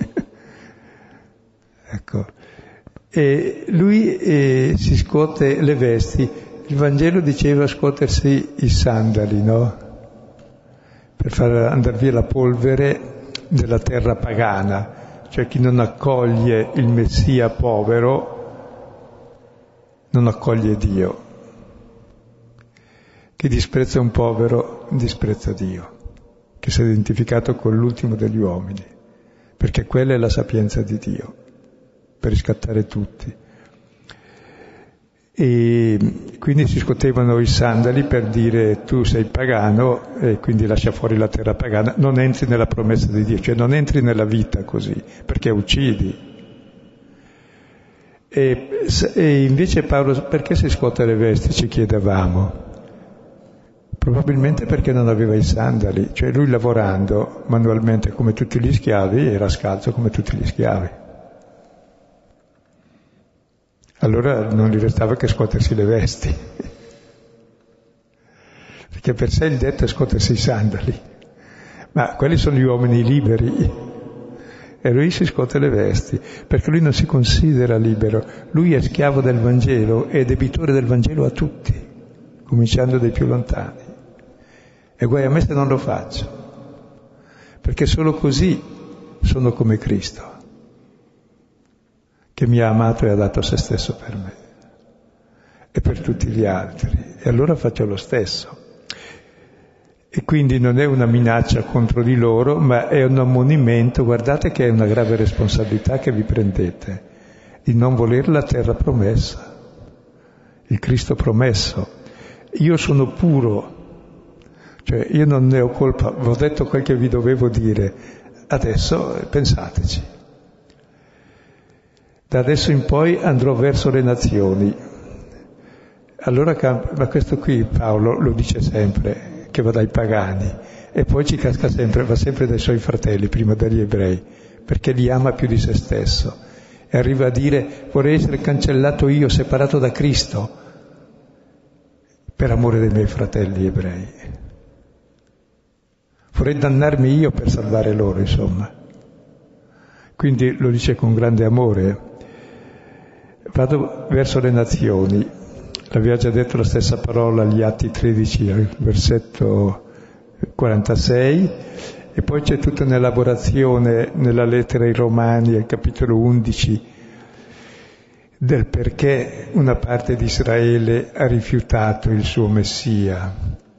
Ecco. E lui si scuote le vesti. Il Vangelo diceva scuotersi i sandali, no? Per far andare via la polvere della terra pagana, cioè chi non accoglie il Messia povero non accoglie Dio. Chi disprezza un povero disprezza Dio, che si è identificato con l'ultimo degli uomini, perché quella è la sapienza di Dio, per riscattare tutti. E quindi si scuotevano i sandali per dire tu sei pagano e quindi lascia fuori la terra pagana, non entri nella promessa di Dio, cioè non entri nella vita così, perché uccidi. E invece Paolo, perché si scuote le vesti, ci chiedevamo? Probabilmente perché non aveva i sandali, cioè lui lavorando manualmente come tutti gli schiavi era scalzo come tutti gli schiavi. Allora non gli restava che scuotersi le vesti, perché per sé il detto è scuotersi i sandali, Ma quelli sono gli uomini liberi. E lui si scuote le vesti, perché lui non si considera libero. Lui è schiavo del Vangelo e debitore del Vangelo a tutti, cominciando dai più lontani. E guai a me se non lo faccio, perché solo così sono come Cristo, che mi ha amato e ha dato se stesso per me e per tutti gli altri. E allora faccio lo stesso. E quindi non è una minaccia contro di loro, ma è un ammonimento. Guardate che è una grave responsabilità che vi prendete, di non voler la terra promessa, il Cristo promesso. Io sono puro, cioè io non ne ho colpa, vi ho detto quel che vi dovevo dire, adesso pensateci. Da adesso in poi andrò verso le nazioni. Allora, ma questo qui Paolo lo dice sempre, che va dai pagani, e poi ci casca sempre, va sempre dai suoi fratelli, prima dagli ebrei, perché li ama più di se stesso. E arriva a dire, vorrei essere cancellato io, separato da Cristo, per amore dei miei fratelli ebrei. Vorrei dannarmi io per salvare loro, insomma. Quindi lo dice con grande amore. Vado verso le nazioni. L'aveva già detto la stessa parola agli Atti 13, versetto 46, e poi c'è tutta un'elaborazione nella lettera ai Romani, al capitolo 11, del perché una parte di Israele ha rifiutato il suo Messia.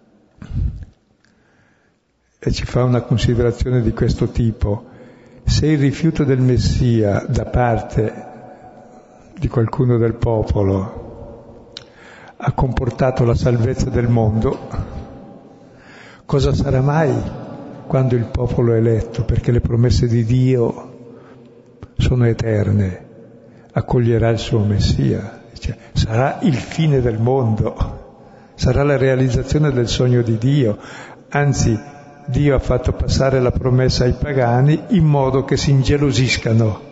E ci fa una considerazione di questo tipo. Se il rifiuto del Messia da parte di qualcuno del popolo ha comportato la salvezza del mondo, cosa sarà mai quando il popolo eletto, perché le promesse di Dio sono eterne, accoglierà il suo Messia? Cioè, sarà il fine del mondo, sarà la realizzazione del sogno di Dio. Anzi, Dio ha fatto passare la promessa ai pagani in modo che si ingelosiscano,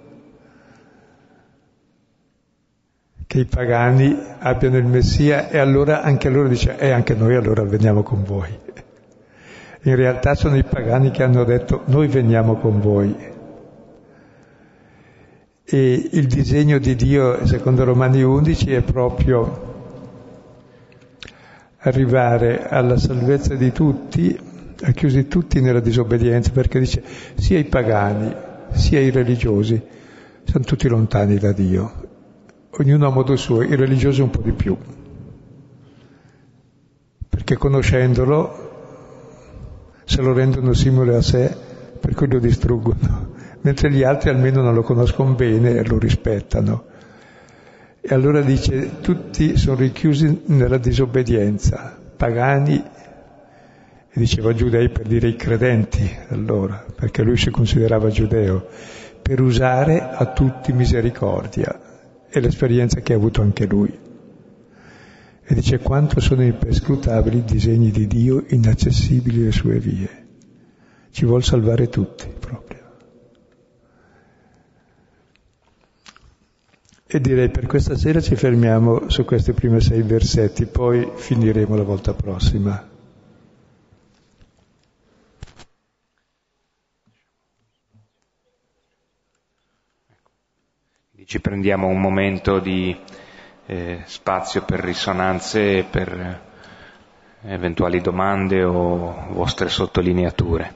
che i pagani abbiano il Messia, e allora anche loro dice, anche noi allora veniamo con voi. In realtà sono i pagani che hanno detto, noi veniamo con voi. E il disegno di Dio, secondo Romani 11, è proprio arrivare alla salvezza di tutti, ha chiusi tutti nella disobbedienza, perché dice, sia i pagani, sia i religiosi, sono tutti lontani da Dio. Ognuno a modo suo, il religioso un po' di più, perché conoscendolo se lo rendono simile a sé, per cui lo distruggono, mentre gli altri almeno non lo conoscono bene e lo rispettano. E allora dice, tutti sono richiusi nella disobbedienza, pagani, e diceva giudei per dire i credenti allora, perché lui si considerava giudeo, per usare a tutti misericordia. È l'esperienza che ha avuto anche lui. E dice quanto sono imperscrutabili i disegni di Dio, inaccessibili le sue vie. Ci vuol salvare tutti, proprio. E direi per questa sera ci fermiamo su questi primi 6 versetti, poi finiremo la volta prossima. Ci prendiamo un momento di spazio per risonanze, per eventuali domande o vostre sottolineature.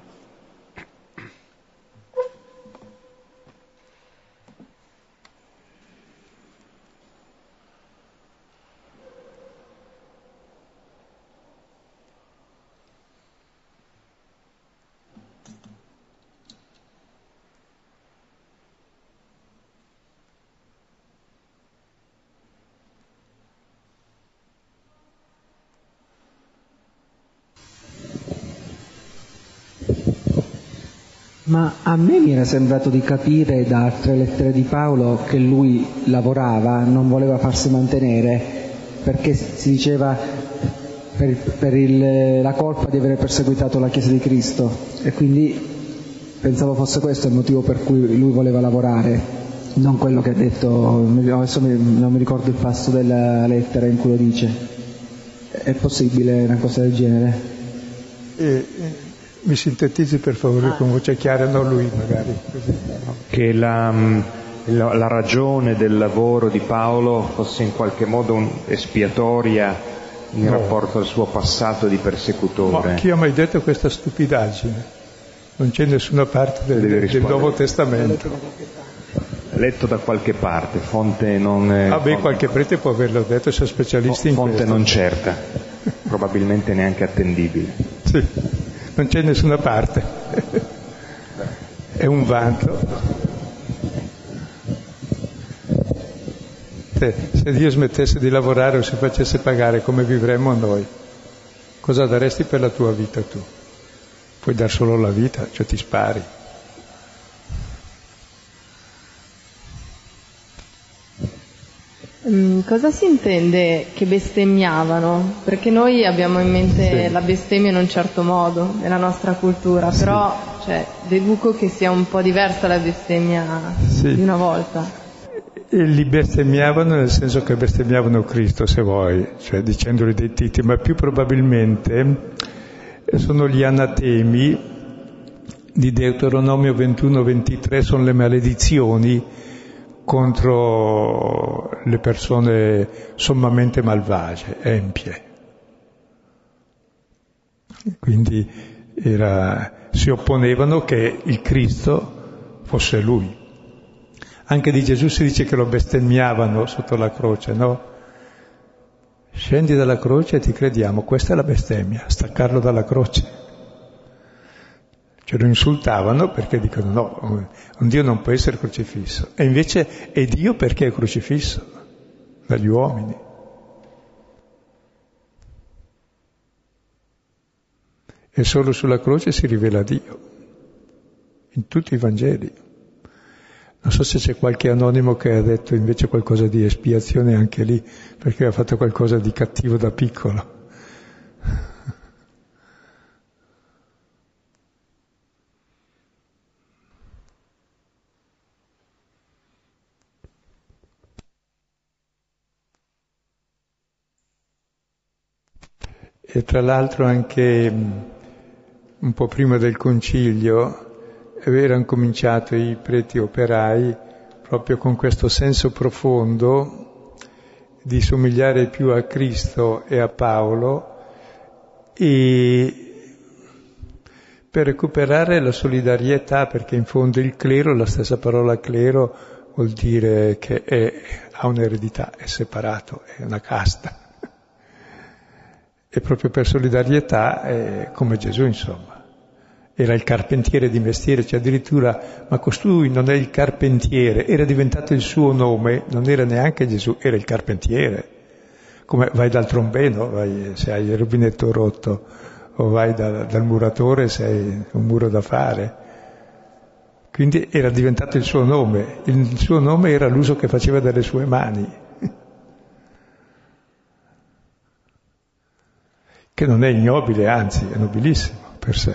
Ma a me mi era sembrato di capire da altre lettere di Paolo che lui lavorava, non voleva farsi mantenere, perché si diceva per la colpa di aver perseguitato la Chiesa di Cristo, e quindi pensavo fosse questo il motivo per cui lui voleva lavorare, non quello che ha detto, adesso non mi ricordo il passo della lettera in cui lo dice. È possibile una cosa del genere? Mi sintetizzi per favore con voce chiara, non lui magari. Così. Che la ragione del lavoro di Paolo fosse in qualche modo espiatoria in rapporto al suo passato di persecutore. Ma chi ha mai detto questa stupidaggine? Non c'è nessuna parte del Nuovo Testamento. Letto da qualche parte, fonte non... qualche prete può averlo detto, sono specialisti in questo. Fonte non certa, probabilmente neanche attendibile. Sì, non c'è nessuna parte. È un vanto. Se Dio smettesse di lavorare o si facesse pagare, come vivremmo noi? Cosa daresti per la tua vita tu? Puoi dar solo la vita, cioè ti spari. Cosa si intende che bestemmiavano? Perché noi abbiamo in mente la bestemmia in un certo modo nella nostra cultura, però deduco che sia un po' diversa la bestemmia di una volta. E li bestemmiavano nel senso che bestemmiavano Cristo, se vuoi, cioè dicendogli dei titoli, ma più probabilmente sono gli anatemi di Deuteronomio 21-23, sono le maledizioni contro le persone sommamente malvagie, empie. Quindi si opponevano che il Cristo fosse Lui. Anche di Gesù si dice che lo bestemmiavano sotto la croce, no? Scendi dalla croce e ti crediamo, questa è la bestemmia, staccarlo dalla croce. Cioè lo insultavano perché dicono no, un Dio non può essere crocifisso. E invece è Dio perché è crocifisso dagli uomini. E solo sulla croce si rivela Dio, in tutti i Vangeli. Non so se c'è qualche anonimo che ha detto invece qualcosa di espiazione anche lì, perché ha fatto qualcosa di cattivo da piccolo. E tra l'altro anche un po' prima del concilio erano cominciati i preti operai proprio con questo senso profondo di somigliare più a Cristo e a Paolo, e per recuperare la solidarietà, perché in fondo il clero, la stessa parola clero vuol dire che ha un'eredità, è separato, è una casta. E proprio per solidarietà, come Gesù, insomma. Era il carpentiere di mestiere, cioè addirittura, ma costui non è il carpentiere, era diventato il suo nome, non era neanche Gesù, era il carpentiere. Come vai dal trombeno, se hai il rubinetto rotto, o vai dal muratore se hai un muro da fare. Quindi era diventato il suo nome era l'uso che faceva delle sue mani. Che non è ignobile, anzi è nobilissimo per sé.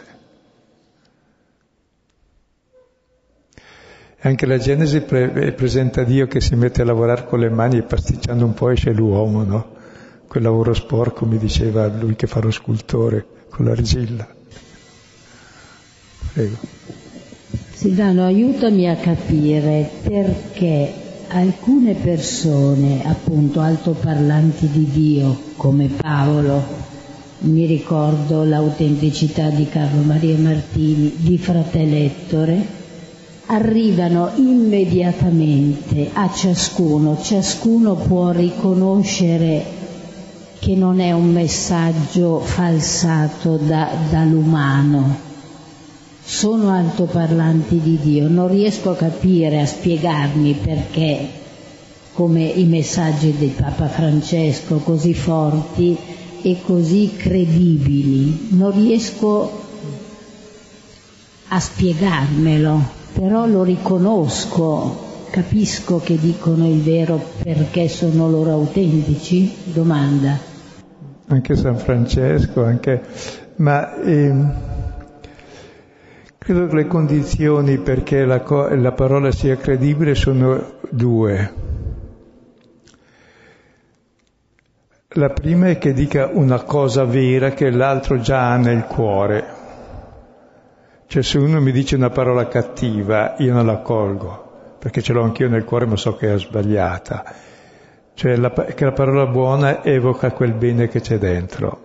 Anche la Genesi presenta Dio che si mette a lavorare con le mani e pasticciando un po' esce l'uomo, no? Quel lavoro sporco, mi diceva lui che fa lo scultore con l'argilla. Prego. Silvano, aiutami a capire perché alcune persone, appunto altoparlanti di Dio, come Paolo, mi ricordo l'autenticità di Carlo Maria Martini, di Fratello Ettore, arrivano immediatamente a ciascuno può riconoscere che non è un messaggio falsato dall'umano. Sono altoparlanti di Dio, non riesco a capire, a spiegarmi perché, come i messaggi del Papa Francesco, così forti e così credibili, non riesco a spiegarmelo. Però lo riconosco, capisco che dicono il vero perché sono loro autentici? Domanda. Anche San Francesco, ma credo che le condizioni perché la parola sia credibile sono due. La prima è che dica una cosa vera che l'altro già ha nel cuore. Cioè se uno mi dice una parola cattiva, io non la accolgo, perché ce l'ho anch'io nel cuore ma so che è sbagliata. Cioè che la parola buona evoca quel bene che c'è dentro.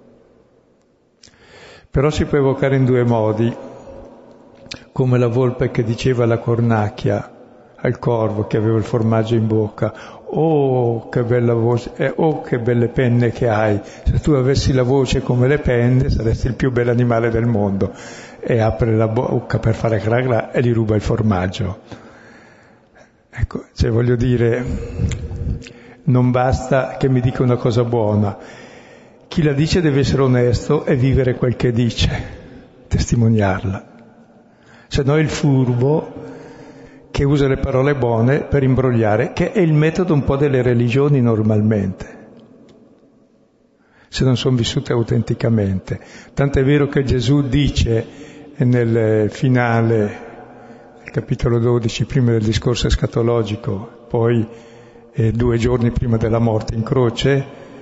Però si può evocare in due modi, come la volpe che diceva alla cornacchia, al corvo che aveva il formaggio in bocca: oh che bella voce, oh che belle penne che hai, se tu avessi la voce come le penne saresti il più bel animale del mondo. E apre la bocca per fare cracra e gli ruba il formaggio. Ecco, cioè voglio dire, non basta che mi dica una cosa buona, chi la dice deve essere onesto e vivere quel che dice, testimoniarla. Se no è il furbo che usa le parole buone per imbrogliare, che è il metodo un po' delle religioni normalmente, se non sono vissute autenticamente. Tant'è vero che Gesù dice nel finale, nel capitolo 12, prima del discorso escatologico, poi 2 giorni prima della morte in croce,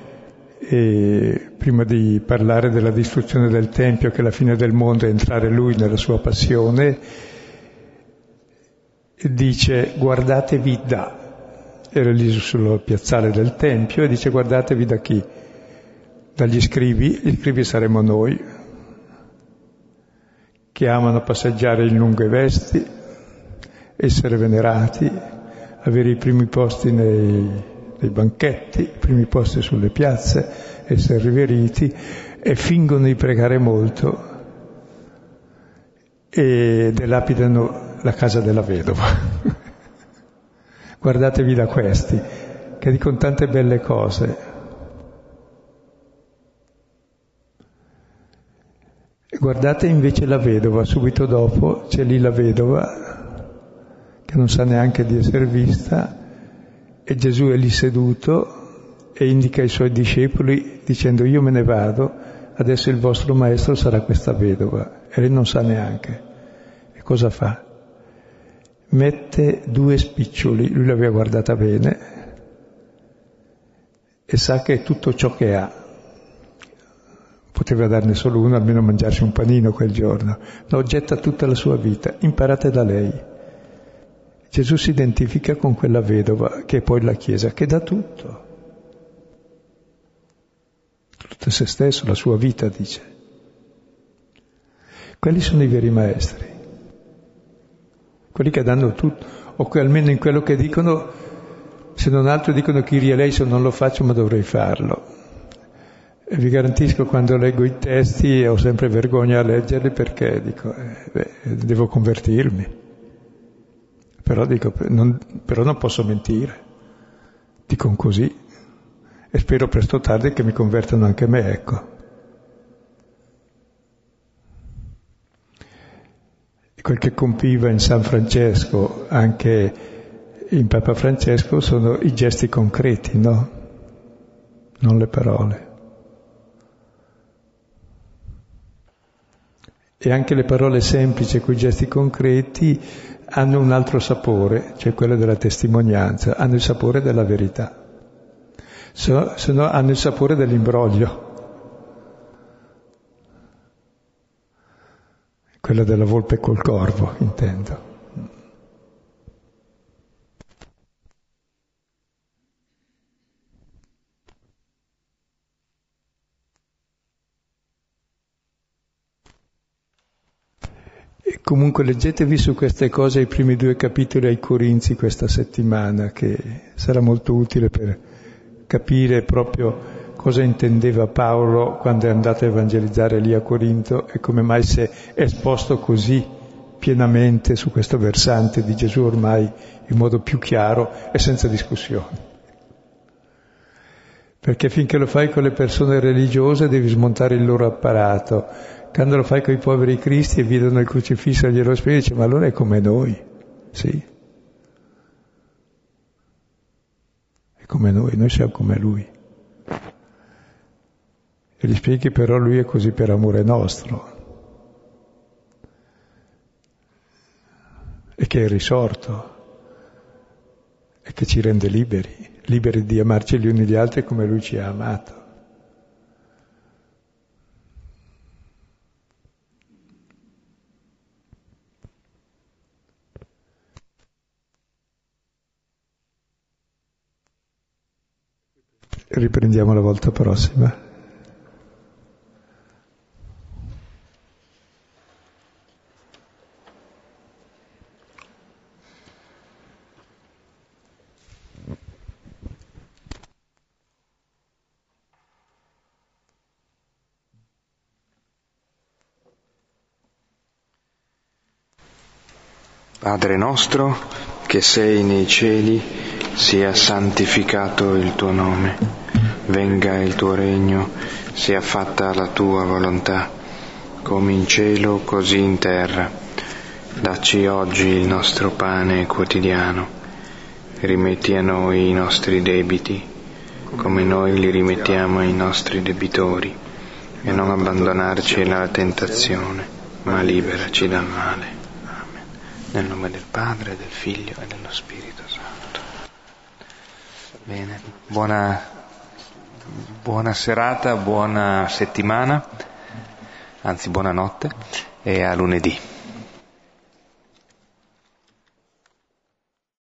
e prima di parlare della distruzione del Tempio, che è la fine del mondo, e entrare Lui nella sua passione, dice: guardatevi era lì sul piazzale del Tempio, e dice: guardatevi da chi? Dagli scribi. Gli scribi saremo noi, che amano passeggiare in lunghe vesti, essere venerati, avere i primi posti nei banchetti, i primi posti sulle piazze, essere riveriti, e fingono di pregare molto e delapidano la casa della vedova. Guardatevi da questi, che dicono tante belle cose. E guardate invece la vedova, subito dopo c'è lì la vedova che non sa neanche di essere vista, e Gesù è lì seduto e indica ai suoi discepoli dicendo: io me ne vado, adesso il vostro maestro sarà questa vedova. E lei non sa neanche. E cosa fa? Mette 2 spiccioli, lui l'aveva guardata bene e sa che è tutto ciò che ha. Poteva darne solo uno, almeno mangiarsi un panino quel giorno. No, getta tutta la sua vita, imparate da lei. Gesù si identifica con quella vedova, che è poi la Chiesa, che dà tutto. Tutto se stesso, la sua vita, dice. Quelli sono i veri maestri. Quelli che danno tutto, o che almeno in quello che dicono, se non altro dicono: Kyrie eleison, non lo faccio ma dovrei farlo. E vi garantisco, quando leggo i testi ho sempre vergogna a leggerli, perché dico devo convertirmi, però dico però non posso mentire, dicono così, e spero presto o tardi che mi convertano anche me, ecco. E quel che compiva in San Francesco, anche in Papa Francesco, sono i gesti concreti, no? Non le parole. E anche le parole semplici, quei gesti concreti, hanno un altro sapore, cioè quello della testimonianza, hanno il sapore della verità, se no hanno il sapore dell'imbroglio, quello della volpe col corvo, intendo. E comunque leggetevi su queste cose i primi 2 capitoli ai Corinzi questa settimana, che sarà molto utile per capire proprio cosa intendeva Paolo quando è andato a evangelizzare lì a Corinto e come mai si è esposto così pienamente su questo versante di Gesù, ormai in modo più chiaro e senza discussioni. Perché finché lo fai con le persone religiose devi smontare il loro apparato. Quando lo fai con i poveri cristi e vedono il crocifisso e glielo spieghi, dice: ma allora è come noi. Sì. È come noi siamo come lui. E gli spieghi però lui è così per amore nostro. E che è risorto. E che ci rende liberi di amarci gli uni gli altri come lui ci ha amato. riprendiamo la volta prossima. Padre nostro, che sei nei cieli, sia santificato il tuo nome, venga il tuo regno, sia fatta la tua volontà, come in cielo così in terra. Dacci oggi il nostro pane quotidiano, rimetti a noi i nostri debiti, come noi li rimettiamo ai nostri debitori, e non abbandonarci nella tentazione, ma liberaci dal male. Nel nome del Padre, del Figlio e dello Spirito Santo. Bene, buona serata, buona settimana, anzi buona notte e a lunedì.